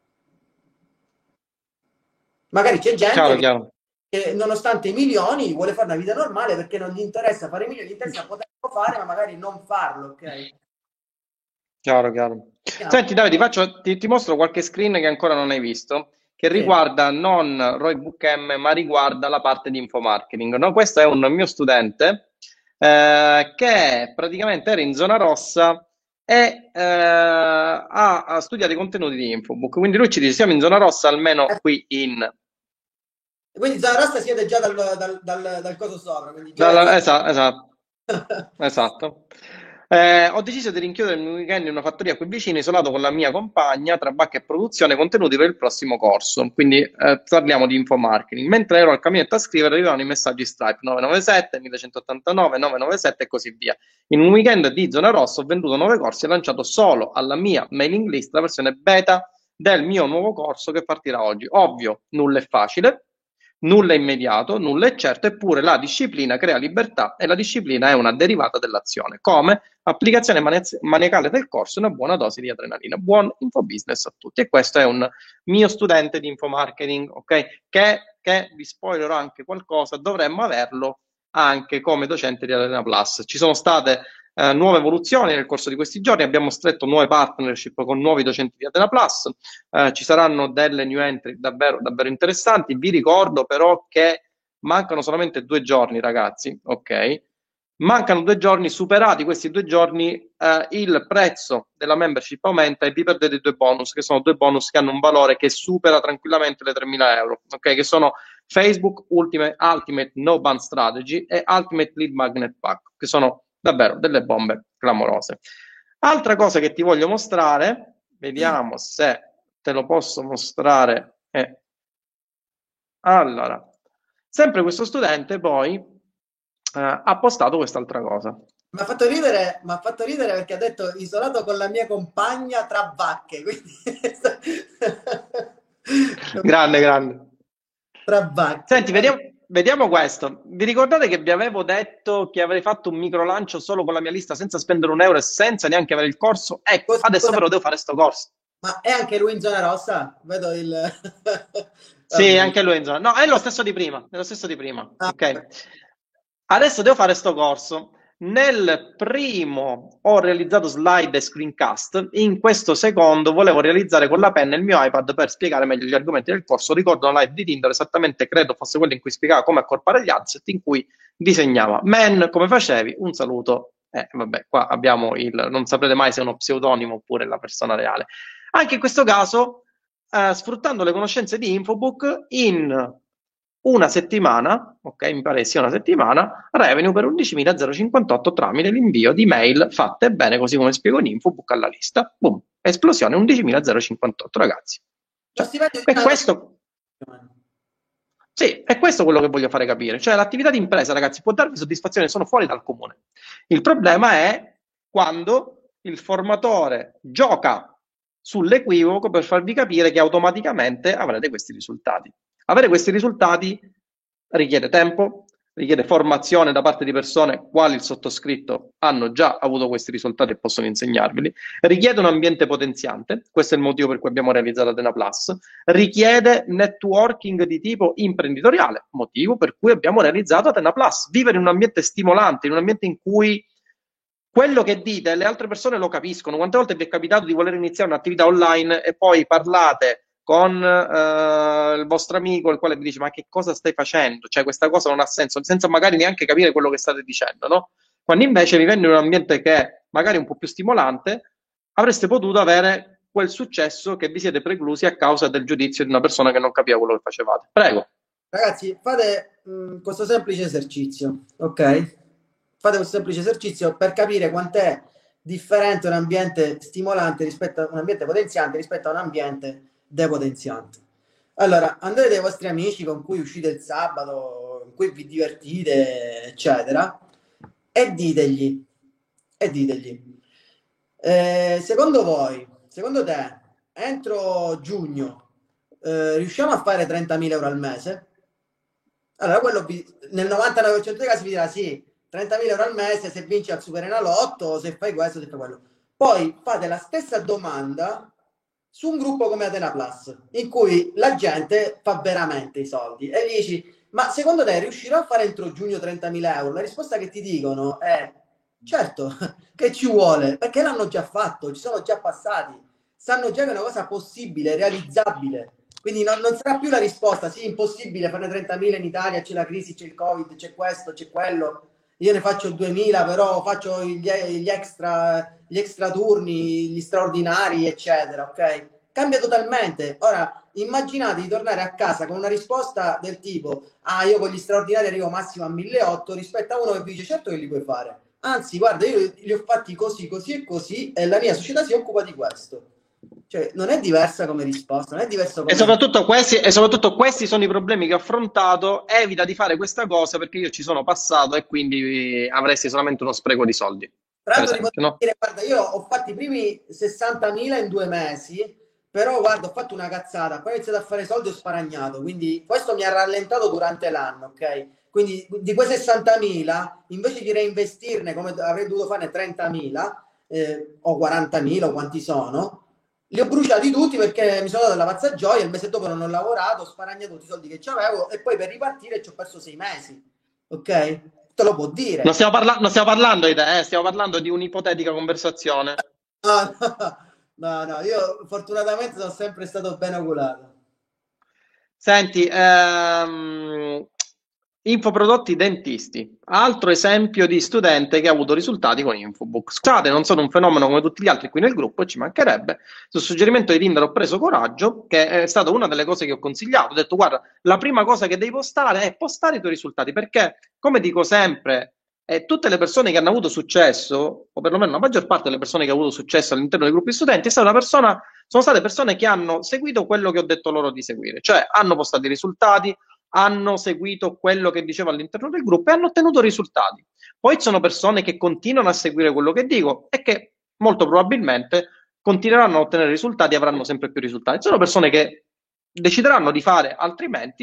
Magari c'è gente Chiaro, chiaro. che nonostante i milioni vuole fare una vita normale perché non gli interessa fare milioni, gli interessa poterlo fare ma magari non farlo, ok? Chiaro, chiaro. Senti, Davide, ti mostro qualche screen che ancora non hai visto, che Sì. riguarda non Roy Book M, ma riguarda la parte di infomarketing. No? Questo è un mio studente che praticamente era in zona rossa e ha studiato i contenuti di Infobook. Quindi lui ci dice: siamo in zona rossa almeno qui in. Quindi Zarasta siete già dal coso sopra, quindi già. Esatto, esatto. Esatto. Ho deciso di rinchiudermi un weekend in una fattoria qui vicino, isolato con la mia compagna, tra bacca e produzione, contenuti per il prossimo corso. Quindi parliamo di infomarketing. Mentre ero al caminetto a scrivere, arrivavano i messaggi Stripe 997, 1189, 997 e così via. In un weekend di zona rossa ho venduto 9 corsi e lanciato solo alla mia mailing list la versione beta del mio nuovo corso che partirà oggi. Ovvio, nulla è facile. Nulla è immediato, nulla è certo, eppure la disciplina crea libertà e la disciplina è una derivata dell'azione. Come? Applicazione maniacale del corso e una buona dose di adrenalina. Buon infobusiness a tutti. E questo è un mio studente di infomarketing, ok? Che vi spoilerò anche qualcosa, dovremmo averlo anche come docente di Arena Plus. Ci sono state nuove evoluzioni nel corso di questi giorni, abbiamo stretto nuove partnership con nuovi docenti di Atena Plus, ci saranno delle new entry davvero, davvero interessanti. Vi ricordo però che mancano solamente 2 giorni, ragazzi, ok? Mancano 2 giorni, superati questi 2 giorni, il prezzo della membership aumenta e vi perdete i 2 bonus, che sono 2 bonus che hanno un valore che supera tranquillamente le 3.000 euro, ok? Che sono Facebook Ultimate No Ban Strategy e Ultimate Lead Magnet Pack, che sono davvero delle bombe clamorose. Altra cosa che ti voglio mostrare, vediamo se te lo posso mostrare. Allora, sempre questo studente poi ha postato quest'altra cosa. Mi ha fatto ridere perché ha detto isolato con la mia compagna tra vacche, quindi Grande, grande. tra vacche. Senti, vediamo, vediamo questo. Vi ricordate che vi avevo detto che avrei fatto un micro lancio solo con la mia lista senza spendere un euro e senza neanche avere il corso? Ecco, adesso Scusa, però devo fare sto corso. ma è anche lui in zona rossa? Vedo il... Sì, Vabbè. anche lui in zona. No, è lo stesso di prima, è lo stesso di prima, Ah, ok? Adesso devo fare sto corso. Nel primo ho realizzato slide e screencast, in questo secondo volevo realizzare con la penna il mio iPad per spiegare meglio gli argomenti del corso. Ricordo una live di Tinder, esattamente credo fosse quella in cui spiegava come accorpare gli asset, in cui disegnava. Man, come facevi? Un saluto. Vabbè, qua abbiamo il... non saprete mai se è uno pseudonimo oppure la persona reale. Anche in questo caso sfruttando le conoscenze di Infobook in una settimana, ok, mi pare sia una settimana, revenue per 11.058 tramite l'invio di mail fatte bene, così come spiego in Infobook alla lista. Boom, esplosione 11.058, ragazzi. lo Cioè, stipendio di è una questo, sì, è questo quello che voglio fare capire. Cioè, l'attività di impresa, ragazzi, può darvi soddisfazione, sono fuori dal comune. Il problema è quando il formatore gioca sull'equivoco per farvi capire che automaticamente avrete questi risultati. Avere questi risultati richiede tempo, richiede formazione da parte di persone quali il sottoscritto hanno già avuto questi risultati e possono insegnarveli, richiede un ambiente potenziante, questo è il motivo per cui abbiamo realizzato Atena Plus, richiede networking di tipo imprenditoriale, motivo per cui abbiamo realizzato Atena Plus, vivere in un ambiente stimolante, in un ambiente in cui quello che dite le altre persone lo capiscono. Quante volte vi è capitato di voler iniziare un'attività online e poi parlate con il vostro amico, il quale vi dice: ma che cosa stai facendo? Cioè, questa cosa non ha senso, senza magari neanche capire quello che state dicendo, no? Quando invece vivendo in un ambiente che è magari un po' più stimolante, avreste potuto avere quel successo che vi siete preclusi a causa del giudizio di una persona che non capiva quello che facevate. Prego. Ragazzi, fate questo semplice esercizio, ok? Fate questo semplice esercizio per capire quant'è differente un ambiente stimolante rispetto a un ambiente potenziante rispetto a un ambiente depotenziante. Allora, andate dai vostri amici con cui uscite il sabato, con cui vi divertite, eccetera, e ditegli, e ditegli, secondo voi, secondo te, entro giugno, riusciamo a fare 30.000 euro al mese? Allora, nel 99% dei casi vi dirà sì, 30.000 euro al mese se vinci al Superenalotto, se fai questo, se fai quello. Poi fate la stessa domanda su un gruppo come Atena Plus, in cui la gente fa veramente i soldi e gli dici, ma secondo te riuscirò a fare entro giugno 30.000 euro? La risposta che ti dicono è, certo, che ci vuole, perché l'hanno già fatto, ci sono già passati, sanno già che è una cosa possibile, realizzabile. Quindi non sarà più la risposta, sì, impossibile fare 30.000 in Italia, c'è la crisi, c'è il Covid, c'è questo, c'è quello. Io ne faccio 2.000, però faccio gli extra turni, gli straordinari, eccetera, ok? Cambia totalmente. Ora, immaginate di tornare a casa con una risposta del tipo, ah, io con gli straordinari arrivo massimo a 1.800 rispetto a uno che vi dice, certo che li puoi fare. Anzi, guarda, io li ho fatti così, così e così, e la mia società si occupa di questo. Cioè, non è diversa come risposta, non è diverso come... E soprattutto questi sono i problemi che ho affrontato. Evita di fare questa cosa perché io ci sono passato e quindi avresti solamente uno spreco di soldi, Tra per l'altro ti posso esempio, no? dire, guarda, io ho fatto i primi 60.000 in 2 mesi, però guarda, ho fatto una cazzata, poi ho iniziato a fare soldi e ho sparagnato, quindi questo mi ha rallentato durante l'anno, ok? Quindi di quei 60.000, invece di reinvestirne come avrei dovuto fare 30.000 o 40.000 o quanti sono, li ho bruciati tutti perché mi sono dato la pazza gioia, il mese dopo non ho lavorato, ho sparagnato tutti i soldi che avevo e poi per ripartire ci ho perso 6 mesi, ok? Te lo può dire. Non stiamo parlando di te, stiamo parlando di un'ipotetica conversazione. No, no, no, io fortunatamente sono sempre stato ben oculato. Senti, infoprodotti dentisti, altro esempio di studente che ha avuto risultati con Infobook. Scusate, non sono un fenomeno come tutti gli altri qui nel gruppo, ci mancherebbe. Sul suggerimento di Tinder ho preso coraggio, che è stata una delle cose che ho consigliato. Ho detto, guarda, la prima cosa che devi postare è postare i tuoi risultati, perché, come dico sempre, tutte le persone che hanno avuto successo, o perlomeno la maggior parte delle persone che hanno avuto successo all'interno dei gruppi studenti, sono state persone che hanno seguito quello che ho detto loro di seguire, cioè hanno postato i risultati, hanno seguito quello che dicevo all'interno del gruppo e hanno ottenuto risultati. Poi ci sono persone che continuano a seguire quello che dico e che molto probabilmente continueranno a ottenere risultati e avranno sempre più risultati. Ci sono persone che decideranno di fare altrimenti,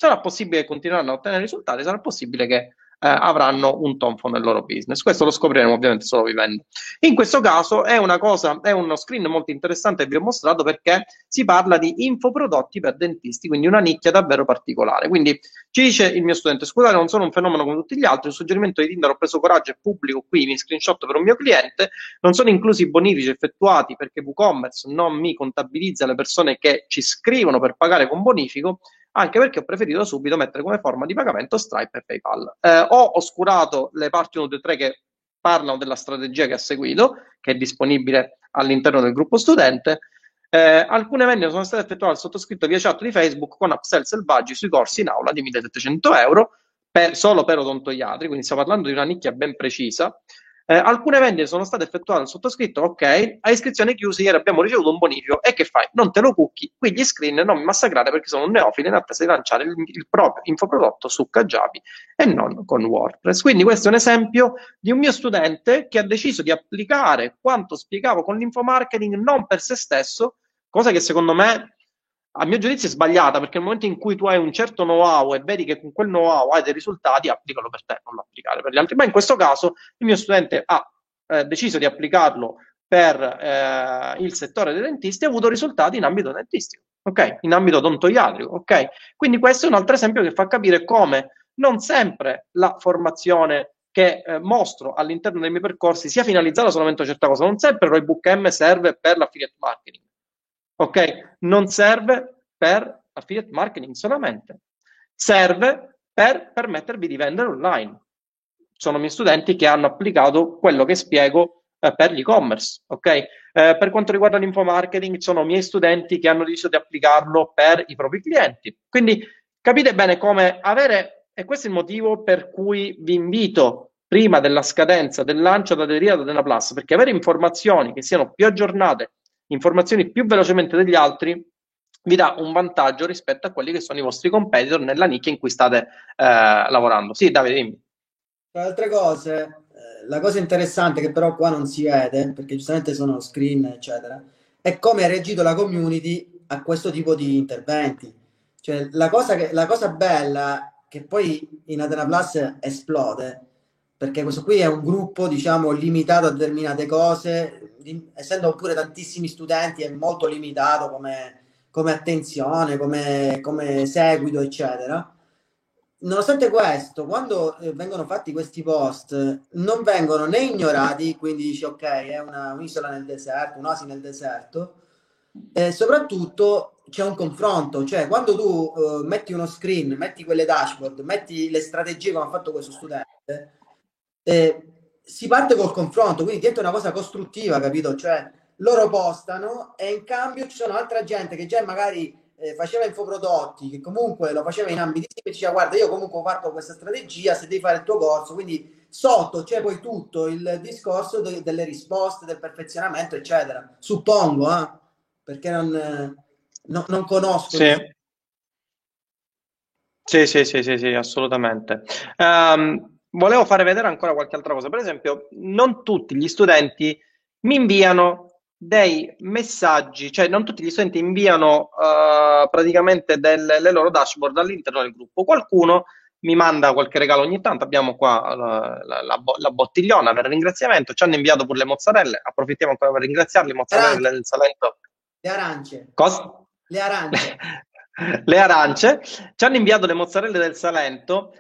sarà possibile che continueranno a ottenere risultati, sarà possibile che avranno un tonfo nel loro business. Questo lo scopriremo ovviamente solo vivendo. In questo caso è una cosa, è uno screen molto interessante che vi ho mostrato perché si parla di infoprodotti per dentisti, quindi una nicchia davvero particolare. Quindi ci dice il mio studente: scusate, non sono un fenomeno come tutti gli altri, il suggerimento di Tinder ho preso coraggio e pubblico qui mi screenshot per un mio cliente, non sono inclusi i bonifici effettuati perché WooCommerce non mi contabilizza le persone che ci scrivono per pagare con bonifico, anche perché ho preferito subito mettere come forma di pagamento Stripe e PayPal. Ho oscurato le parti 1, 2, 3 che parlano della strategia che ha seguito, che è disponibile all'interno del gruppo studente. Alcune vendite sono state effettuate al sottoscritto via chat di Facebook con upsell selvaggi sui corsi in aula di 1.700 euro solo per odontoiatri, quindi stiamo parlando di una nicchia ben precisa. Alcune vendite sono state effettuate al sottoscritto, ok, a iscrizione chiusa ieri abbiamo ricevuto un bonifico, e che fai? Non te lo cucchi, qui gli screen non mi massacrate perché sono un neofilo in attesa di lanciare il proprio infoprodotto su Kajabi e non con WordPress. Quindi questo è un esempio di un mio studente che ha deciso di applicare quanto spiegavo con l'infomarketing non per se stesso, cosa che secondo me, a mio giudizio, è sbagliata, perché nel momento in cui tu hai un certo know-how e vedi che con quel know-how hai dei risultati, applicalo per te, non lo applicare per gli altri. Ma in questo caso il mio studente ha deciso di applicarlo per il settore dei dentisti e ha avuto risultati in ambito dentistico, ok? In ambito odontoiatrico, ok? Quindi questo è un altro esempio che fa capire come non sempre la formazione che mostro all'interno dei miei percorsi sia finalizzata solamente a una certa cosa, non sempre Roybook M serve per l'affiliate marketing, ok? Non serve per affiliate marketing solamente, serve per permettervi di vendere online. Sono miei studenti che hanno applicato quello che spiego per l'e-commerce, ok? Per quanto riguarda l'infomarketing, sono miei studenti che hanno deciso di applicarlo per i propri clienti. Quindi capite bene come avere, e questo è il motivo per cui vi invito prima della scadenza del lancio da aderire ad Adena Plus, perché avere informazioni che siano più aggiornate, informazioni più velocemente degli altri, vi dà un vantaggio rispetto a quelli che sono i vostri competitor nella nicchia in cui state lavorando. Sì, Davide, dimmi. Tra altre cose, la cosa interessante che però qua non si vede, perché giustamente sono screen, eccetera, è come ha reagito la community a questo tipo di interventi. Cioè, la cosa bella che poi in Atena Plus esplode, perché questo qui è un gruppo, diciamo, limitato a determinate cose, essendo pure tantissimi studenti, è molto limitato come attenzione, come seguito, eccetera. Nonostante questo, quando vengono fatti questi post, non vengono né ignorati, quindi dici ok, è un'isola nel deserto, un'oasi nel deserto, e soprattutto c'è un confronto, cioè quando tu metti uno screen, metti quelle dashboard, metti le strategie come ha fatto questo studente, si parte col confronto, quindi diventa una cosa costruttiva, capito? Cioè loro postano e in cambio ci sono altra gente che già magari faceva infoprodotti, che comunque lo faceva in ambiti simili, diceva guarda io comunque ho fatto questa strategia, se devi fare il tuo corso, quindi sotto c'è poi tutto il discorso delle risposte, del perfezionamento, eccetera. Suppongo, perché non conosco, Sì. diciamo. Sì, sì, sì, sì, sì, assolutamente. Volevo fare vedere ancora qualche altra cosa. Per esempio, non tutti gli studenti mi inviano dei messaggi, cioè non tutti gli studenti inviano praticamente le loro dashboard all'interno del gruppo. Qualcuno mi manda qualche regalo ogni tanto. Abbiamo qua la bottigliona per ringraziamento. Ci hanno inviato pure le mozzarelle. Approfittiamo ancora per ringraziarli. Mozzarelle del Salento. Le arance. Cosa? Le arance. Le arance. Ci hanno inviato le mozzarelle del Salento.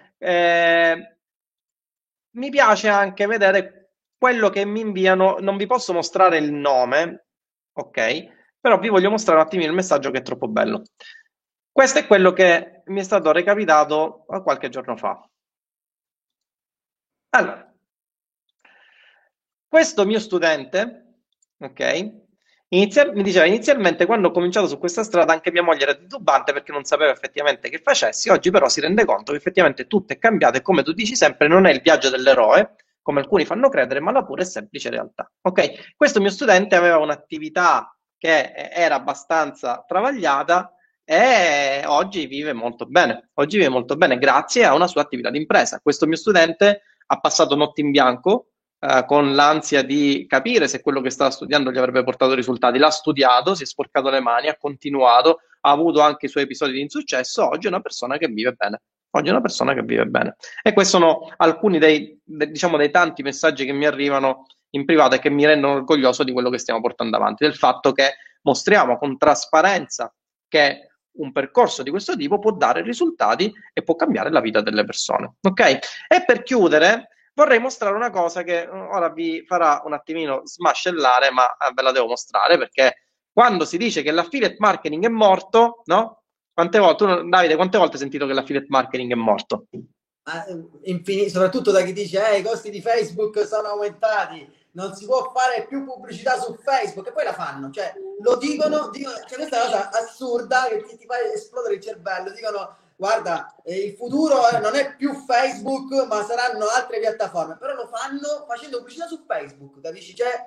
Mi piace anche vedere quello che mi inviano. Non vi posso mostrare il nome, ok? Però vi voglio mostrare un attimino il messaggio che è troppo bello. Questo è quello che mi è stato recapitato qualche giorno fa. Allora, questo mio studente, ok? Mi diceva inizialmente quando ho cominciato su questa strada anche mia moglie era titubante perché non sapeva effettivamente che facessi, oggi però si rende conto che effettivamente tutto è cambiato e come tu dici sempre non è il viaggio dell'eroe, come alcuni fanno credere, ma la pura e semplice realtà. Ok? Questo mio studente aveva un'attività che era abbastanza travagliata e oggi vive molto bene. Oggi vive molto bene grazie a una sua attività di impresa. Questo mio studente ha passato notti in bianco con l'ansia di capire se quello che stava studiando gli avrebbe portato risultati. L'ha studiato, si è sporcato le mani, ha continuato, ha avuto anche i suoi episodi di insuccesso. Oggi è una persona che vive bene. Oggi è una persona che vive bene. E questi sono alcuni diciamo, dei tanti messaggi che mi arrivano in privato e che mi rendono orgoglioso di quello che stiamo portando avanti, del fatto che mostriamo con trasparenza che un percorso di questo tipo può dare risultati e può cambiare la vita delle persone. Ok? E per chiudere, vorrei mostrare una cosa che ora vi farà un attimino smascellare, ma ve la devo mostrare perché quando si dice che l'affiliate marketing è morto, no? Quante volte, Davide, quante volte hai sentito che l'affiliate marketing è morto? Soprattutto da chi dice i costi di Facebook sono aumentati, non si può fare più pubblicità su Facebook, e poi la fanno, cioè lo dicono cioè, questa è una cosa assurda che ti fa esplodere il cervello, dicono guarda, il futuro non è più Facebook ma saranno altre piattaforme, però lo fanno facendo pubblicità su Facebook, capisci? Cioè...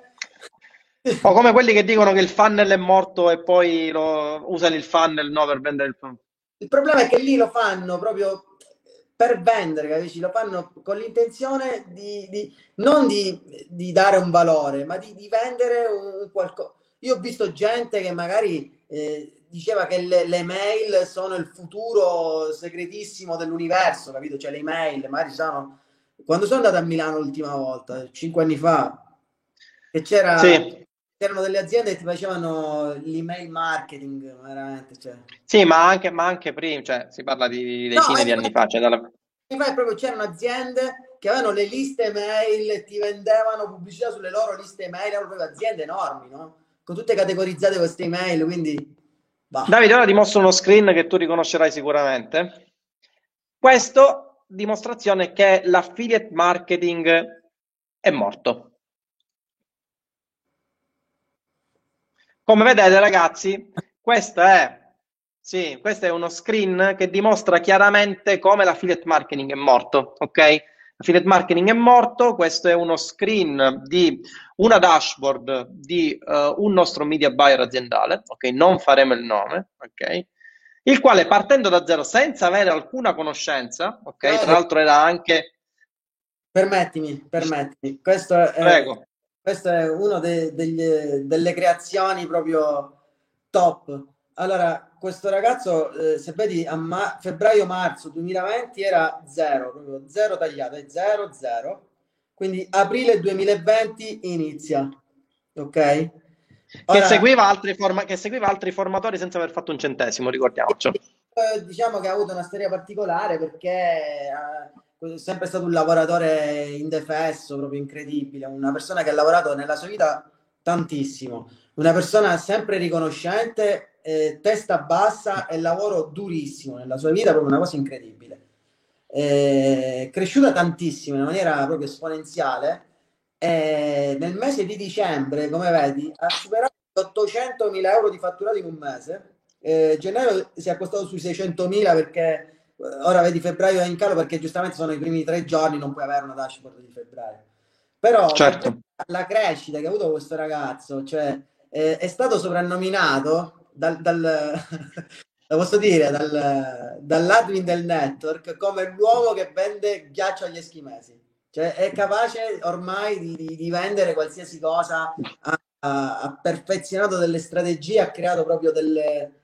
O come quelli che dicono che il funnel è morto e poi usano il funnel, no, per vendere il funnel. Il problema è che lì lo fanno proprio per vendere, capisci? Lo fanno con l'intenzione non di dare un valore, ma di vendere un qualcosa. Io ho visto gente che magari diceva che le mail sono il futuro segretissimo dell'universo, capito? Cioè le email, magari sono... Quando sono andato a Milano l'ultima volta, 5 anni fa, che Sì. c'erano delle aziende che ti facevano l'email marketing, veramente, cioè. Sì, ma anche prima, cioè si parla di No, decine di anni fa. proprio c'erano aziende che avevano le liste mail e ti vendevano pubblicità sulle loro liste mail, erano proprio aziende enormi, no? Con tutte categorizzate queste email, quindi bah. Davide, ora ti mostro uno screen che tu riconoscerai sicuramente. Questo dimostrazione che l'affiliate marketing è morto. Come vedete, ragazzi, questo è uno screen che dimostra chiaramente come l'affiliate marketing è morto, ok? L'affiliate marketing è morto, questo è uno screen di una dashboard di un nostro media buyer aziendale, ok? Non faremo il nome, ok? Il quale partendo da zero senza avere alcuna conoscenza, ok? Tra l'altro era anche... Permettimi, Prego. questo è uno delle creazioni proprio top. Allora, questo ragazzo, se vedi a febbraio-marzo 2020 era zero, proprio zero tagliato, è zero, zero. Quindi aprile 2020 inizia, ok? Che Ora, seguiva altri formatori senza aver fatto un centesimo, ricordiamocelo. diciamo che ha avuto una storia particolare perché è sempre stato un lavoratore indefesso, proprio incredibile, una persona che ha lavorato nella sua vita tantissimo, una persona sempre riconoscente, testa bassa e lavoro durissimo nella sua vita, proprio una cosa incredibile. Cresciuta tantissimo in maniera proprio esponenziale. Nel mese di dicembre, come vedi, ha superato 800.000 euro di fatturato in un mese. Gennaio si è accostato sui 600.000 perché ora vedi febbraio è in calo perché giustamente sono i primi 3 giorni, non puoi avere una dashboard di febbraio. Però se Certo. vedi la crescita che ha avuto questo ragazzo, cioè è stato soprannominato lo posso dire, dall'admin del network come l'uomo che vende ghiaccio agli eschimesi. Cioè è capace ormai di vendere qualsiasi cosa, ha perfezionato delle strategie, ha creato proprio delle...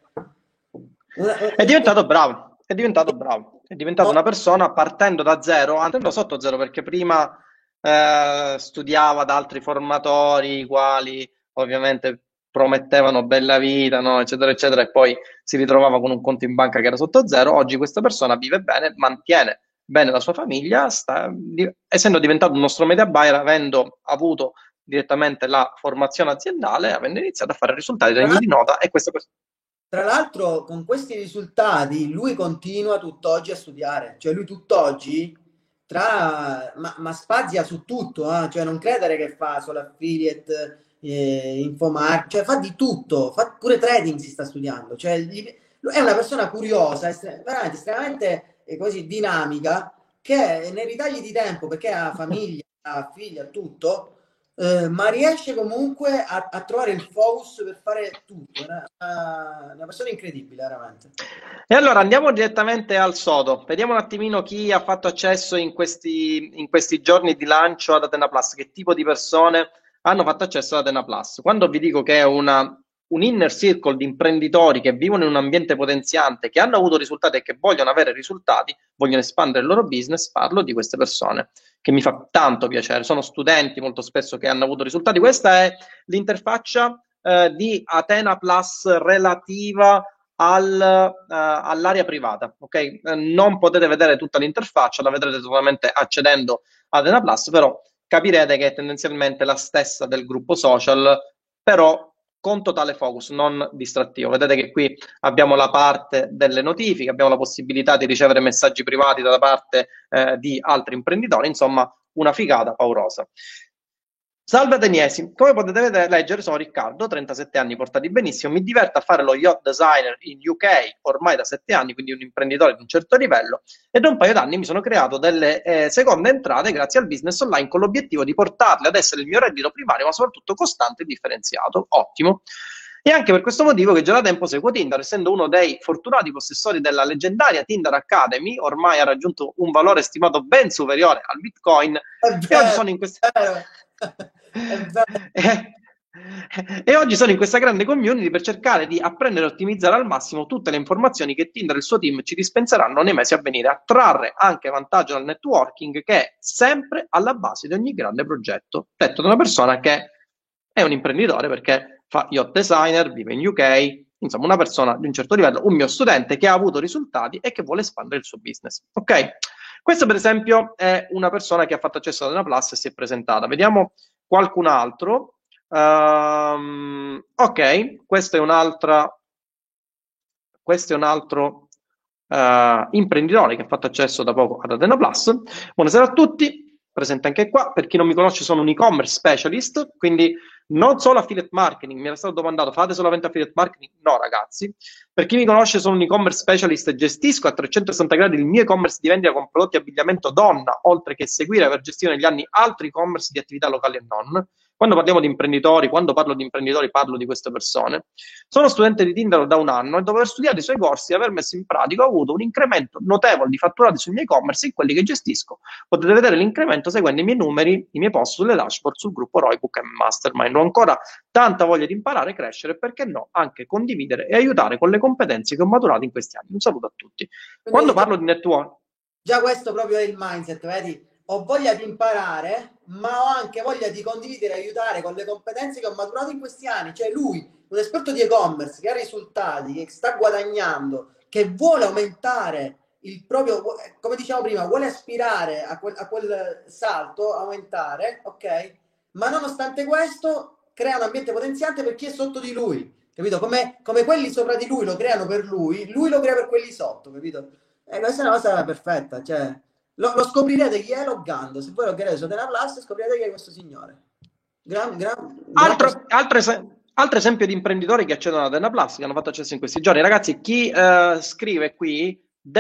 È diventato bravo, è diventato bravo, è diventato una persona partendo da zero, andando sotto zero perché prima studiava da altri formatori, i quali ovviamente promettevano bella vita, no, eccetera, eccetera, e poi si ritrovava con un conto in banca che era sotto zero. Oggi questa persona vive bene, mantiene bene la sua famiglia, essendo diventato un nostro media buyer, avendo avuto direttamente la formazione aziendale, avendo iniziato a fare risultati degni di nota e questa persona... Tra l'altro, con questi risultati, lui continua tutt'oggi a studiare, cioè lui tutt'oggi ma spazia su tutto, cioè non credere che fa solo affiliate, infomarketing, cioè fa di tutto, fa pure trading si sta studiando, cioè è una persona curiosa, veramente estremamente così dinamica, che nei ritagli di tempo, perché ha famiglia, ha figli, ha tutto, Ma riesce comunque a trovare il focus per fare tutto. È una persona incredibile, veramente. E allora andiamo direttamente al sodo. Vediamo un attimino chi ha fatto accesso in questi giorni di lancio ad Atena Plus, che tipo di persone hanno fatto accesso ad Atena Plus. Quando vi dico che è un inner circle di imprenditori che vivono in un ambiente potenziante, che hanno avuto risultati e che vogliono avere risultati, vogliono espandere il loro business, parlo di queste persone, che mi fa tanto piacere. Sono studenti molto spesso che hanno avuto risultati. Questa è l'interfaccia di Atena Plus relativa all'area privata, ok? Non potete vedere tutta l'interfaccia, la vedrete solamente accedendo ad Ena Plus, però capirete che è tendenzialmente la stessa del gruppo social, però con totale focus, non distrattivo. Vedete che qui abbiamo la parte delle notifiche, abbiamo la possibilità di ricevere messaggi privati da parte di altri imprenditori, insomma, una figata paurosa. Salve Ateniesi, come potete leggere sono Riccardo, 37 anni, portati benissimo, mi diverto a fare lo yacht designer in UK ormai da 7 anni, quindi un imprenditore di un certo livello, e da un paio d'anni mi sono creato delle seconde entrate grazie al business online con l'obiettivo di portarle ad essere il mio reddito primario, ma soprattutto costante e differenziato. Ottimo. E anche per questo motivo che già da tempo seguo Tinder, essendo uno dei fortunati possessori della leggendaria Tinder Academy, ormai ha raggiunto un valore stimato ben superiore al Bitcoin, È e oggi vero, sono in questa... è vero. È vero. e, e oggi sono in questa grande community per cercare di apprendere e ottimizzare al massimo tutte le informazioni che Tinder e il suo team ci dispenseranno nei mesi a venire, a trarre anche vantaggio dal networking che è sempre alla base di ogni grande progetto. Detto da una persona che è un imprenditore perché fa yacht designer, vive in UK, insomma una persona di un certo livello, un mio studente che ha avuto risultati e che vuole espandere il suo business. Ok? Questo per esempio è una persona che ha fatto accesso ad una Plus e si è presentata. Vediamo qualcun altro. Ok, questo è un altro imprenditore che ha fatto accesso da poco ad Atena Plus. Buonasera a tutti, presente anche qua. Per chi non mi conosce, sono un e-commerce specialist, quindi non solo affiliate marketing. Mi era stato domandato, fate solamente affiliate marketing? No, ragazzi. Per chi mi conosce, sono un e-commerce specialist e gestisco a 360 gradi il mio e-commerce di vendita con prodotti e abbigliamento donna, oltre che seguire per gestire negli anni altri e-commerce di attività locali e non. Quando parliamo di imprenditori, quando parlo di imprenditori, parlo di queste persone. Sono studente di Tinder da un anno e dopo aver studiato i suoi corsi e aver messo in pratica ho avuto un incremento notevole di fatturati sui miei e-commerce in quelli che gestisco. Potete vedere l'incremento seguendo i miei numeri, i miei post sulle dashboard sul gruppo Roybook e Mastermind. Ho ancora tanta voglia di imparare, crescere e perché no, anche condividere e aiutare con le competenze che ho maturato in questi anni. Un saluto a tutti. Quando Quindi parlo di network, già questo proprio è il mindset, vedi? Ho voglia di imparare, ma ho anche voglia di condividere e aiutare con le competenze che ho maturato in questi anni. Cioè lui, un esperto di e-commerce che ha risultati, che sta guadagnando, che vuole aumentare il proprio, come diciamo prima, vuole aspirare a quel salto, aumentare, ok? Ma nonostante questo crea un ambiente potenziante per chi è sotto di lui, capito? Come quelli sopra di lui lo creano per lui lo crea per quelli sotto, capito? Questa è una cosa perfetta, cioè, lo scoprirete chi è loggando. Se voi loggerete su Tena Plus, scoprirete chi è questo signore. Gran altro esempio di imprenditori che accedono ad Atena Plus, che hanno fatto accesso in questi giorni. Ragazzi, chi scrive qui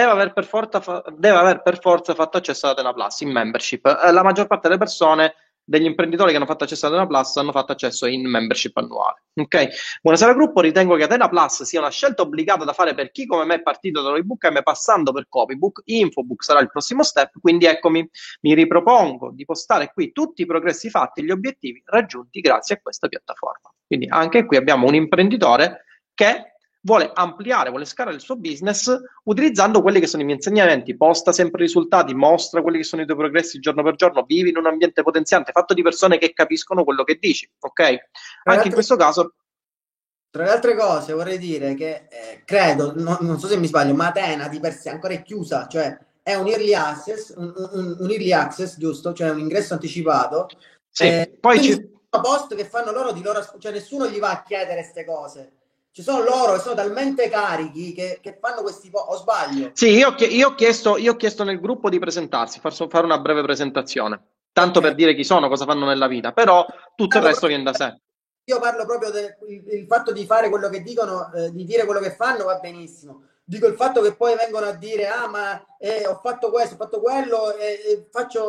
deve aver per forza fatto accesso ad Atena Plus in membership. La maggior parte delle persone, degli imprenditori che hanno fatto accesso ad Atena Plus, hanno fatto accesso in membership annuale. Ok? Buonasera gruppo, ritengo che Atena Plus sia una scelta obbligata da fare per chi come me è partito da Roybook M passando per Copybook. Infobook sarà il prossimo step, quindi eccomi, mi ripropongo di postare qui tutti i progressi fatti e gli obiettivi raggiunti grazie a questa piattaforma. Quindi anche qui abbiamo un imprenditore che vuole ampliare, vuole scalare il suo business utilizzando quelli che sono i miei insegnamenti, posta sempre i risultati, mostra quelli che sono i tuoi progressi giorno per giorno, vivi in un ambiente potenziante, fatto di persone che capiscono quello che dici, ok? Anche in questo caso... Tra le altre cose vorrei dire che credo, non so se mi sbaglio, ma Atena di per sé ancora è chiusa, cioè è un early access, un early access, giusto? Cioè un ingresso anticipato. Sì, poi Quindi ci... sono post che fanno loro di loro, cioè nessuno gli va a chiedere queste cose. Ci sono loro che sono talmente carichi che fanno questi post, o sbaglio? Sì, io ho chiesto nel gruppo di presentarsi, fare una breve presentazione, tanto Ok. per dire chi sono, cosa fanno nella vita, però tutto il Parlo resto proprio- viene da sé. Io parlo proprio del il fatto di fare quello che dicono, di dire quello che fanno va benissimo. Dico il fatto che poi vengono a dire, ah, ma ho fatto questo, ho fatto quello, faccio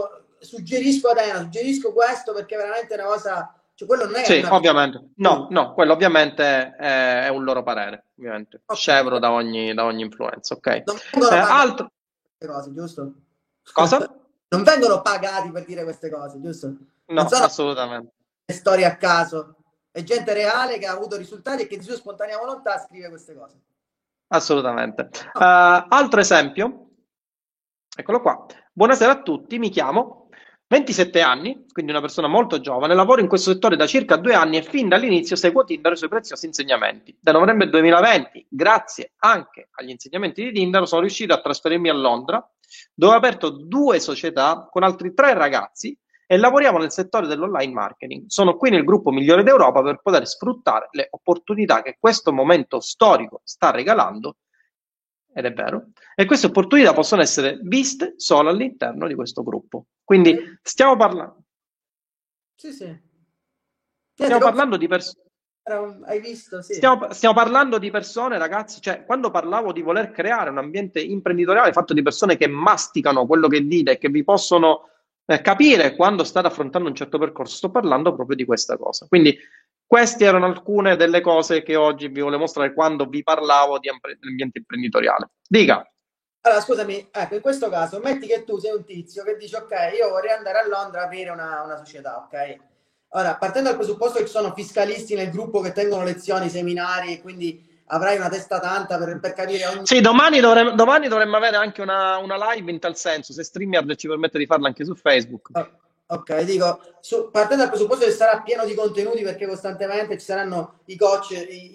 suggerisco Atena, suggerisco questo perché veramente è una cosa, cioè quello non è Sì, una... ovviamente. No, no, quello ovviamente è un loro parere, ovviamente. Ok, Scevro da ogni influenza, ok? non vengono pagati Altro... per queste cose, giusto? Cosa? Non vengono pagati per dire queste cose, giusto? Non No, sono assolutamente. storie a caso, è gente reale che ha avuto risultati e che di sua spontanea volontà scrive queste cose. Assolutamente. No, Altro esempio, eccolo qua. Buonasera a tutti, mi chiamo 27 anni, quindi una persona molto giovane, lavoro in questo settore da circa 2 anni e fin dall'inizio seguo Tinder e i suoi preziosi insegnamenti. Da novembre 2020, grazie anche agli insegnamenti di Tinder, sono riuscito a trasferirmi a Londra, dove ho aperto 2 società con altri 3 ragazzi e lavoriamo nel settore dell'online marketing. Sono qui nel gruppo migliore d'Europa per poter sfruttare le opportunità che questo momento storico sta regalando, ed è vero, e queste opportunità possono essere viste solo all'interno di questo gruppo. Quindi stiamo parlando, sì, sì. Niente, stiamo parlando di persone. hai visto? Sì. Stiamo parlando di persone, ragazzi, cioè quando parlavo di voler creare un ambiente imprenditoriale fatto di persone che masticano quello che dite e che vi possono capire quando state affrontando un certo percorso, sto parlando proprio di questa cosa. Quindi queste erano alcune delle cose che oggi vi volevo mostrare quando vi parlavo di ambiente imprenditoriale. Dica. Allora, scusami, ecco, in questo caso, metti che tu sei un tizio che dice, ok, io vorrei andare a Londra a aprire una società, ok? Ora, partendo dal presupposto che ci sono fiscalisti nel gruppo che tengono lezioni, seminari, quindi avrai una testa tanta per capire ogni... Sì, domani dovremmo avere anche una live in tal senso, se StreamYard ci permette di farla anche su Facebook. Ok, dico, partendo dal presupposto che sarà pieno di contenuti perché costantemente ci saranno i coach,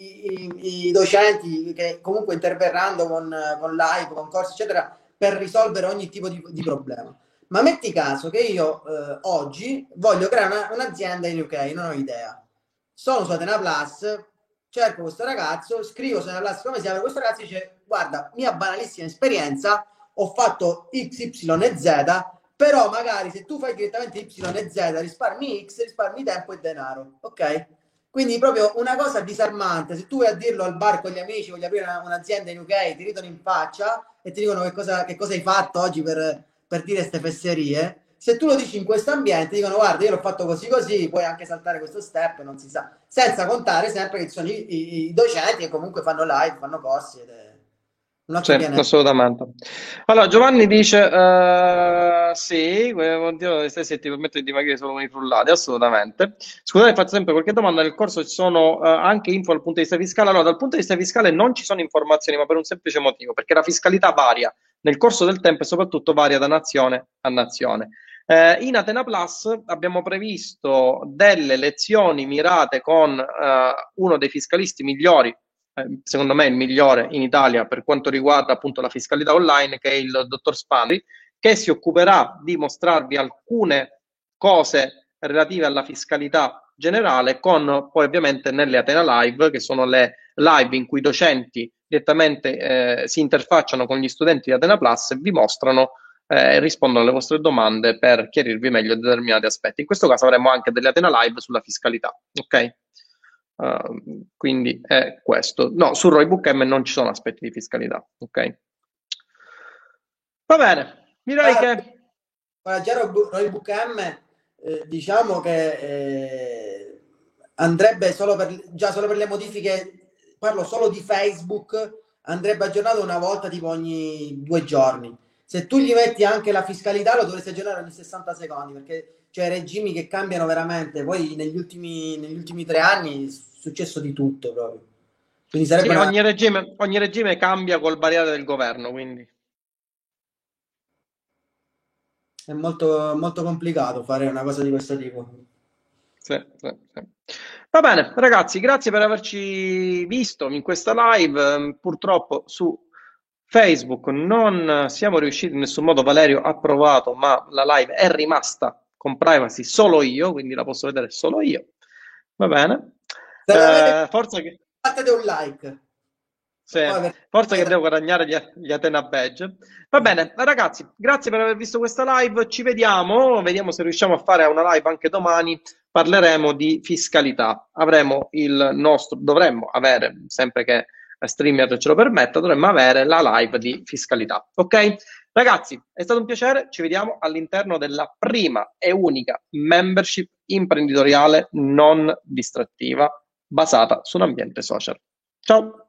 i docenti che comunque interverranno con live, con corsi, eccetera, per risolvere ogni tipo di problema. Ma metti caso che io oggi voglio creare un'azienda in UK, non ho idea. Sono su Atena Plus, cerco questo ragazzo, scrivo su Atena Plus come si chiama, questo ragazzo dice, guarda, mia banalissima esperienza, ho fatto X, Y e Z, però magari se tu fai direttamente Y e Z risparmi X, risparmi tempo e denaro, ok? Quindi proprio una cosa disarmante, se tu vai a dirlo al bar con gli amici, voglio aprire un'azienda in UK, ti ridono in faccia e ti dicono che cosa hai fatto oggi per dire queste fesserie. Se tu lo dici in questo ambiente, dicono guarda io l'ho fatto così così, puoi anche saltare questo step, non si sa. Senza contare sempre che ci sono i docenti che comunque fanno live, fanno corsi ed è un altro Sì, pianeta. assolutamente. Allora, Giovanni dice, sì, oddio, se ti permetto di dimagrire solo con i frullati, assolutamente. Scusate, faccio sempre qualche domanda, nel corso ci sono anche info dal punto di vista fiscale. Allora, dal punto di vista fiscale non ci sono informazioni, ma per un semplice motivo, perché la fiscalità varia nel corso del tempo e soprattutto varia da nazione a nazione. In Atena Plus abbiamo previsto delle lezioni mirate con uno dei fiscalisti migliori, secondo me il migliore in Italia per quanto riguarda appunto la fiscalità online, che è il dottor Spandi, che si occuperà di mostrarvi alcune cose relative alla fiscalità generale, con poi ovviamente nelle Atena Live, che sono le live in cui i docenti direttamente si interfacciano con gli studenti di Atena Plus e vi mostrano e rispondono alle vostre domande per chiarirvi meglio determinati aspetti. In questo caso avremo anche delle Atena Live sulla fiscalità, ok? Quindi è questo. No, su Roybook M non ci sono aspetti di fiscalità, ok? Va bene, direi che... Guarda, già Roybook M, diciamo che andrebbe già solo per le modifiche, parlo solo di Facebook, andrebbe aggiornato una volta tipo ogni 2 giorni. Se tu gli metti anche la fiscalità lo dovresti aggiornare ogni 60 secondi perché c'è regimi che cambiano veramente. Poi negli ultimi 3 anni è successo di tutto proprio. Quindi Sì, sarebbe una... ogni regime cambia col variare del governo, quindi... è molto, molto complicato fare una cosa di questo tipo. Sì, sì, sì. Va bene, ragazzi, grazie per averci visto in questa live. Purtroppo su Facebook non siamo riusciti in nessun modo, Valerio ha provato, ma la live è rimasta con privacy solo io, quindi la posso vedere solo io. Va bene. Se la avete, Forza che... fatete un like. Sì, Poi forza che devo guadagnare gli Athena Badge. Va bene, ragazzi, grazie per aver visto questa live. Ci vediamo se riusciamo a fare una live anche domani. Parleremo di fiscalità. Dovremmo avere, sempre che StreamYard ce lo permetta, dovremmo avere la live di fiscalità. Ok? Ragazzi, è stato un piacere, ci vediamo all'interno della prima e unica membership imprenditoriale non distrattiva basata su un ambiente social. Ciao!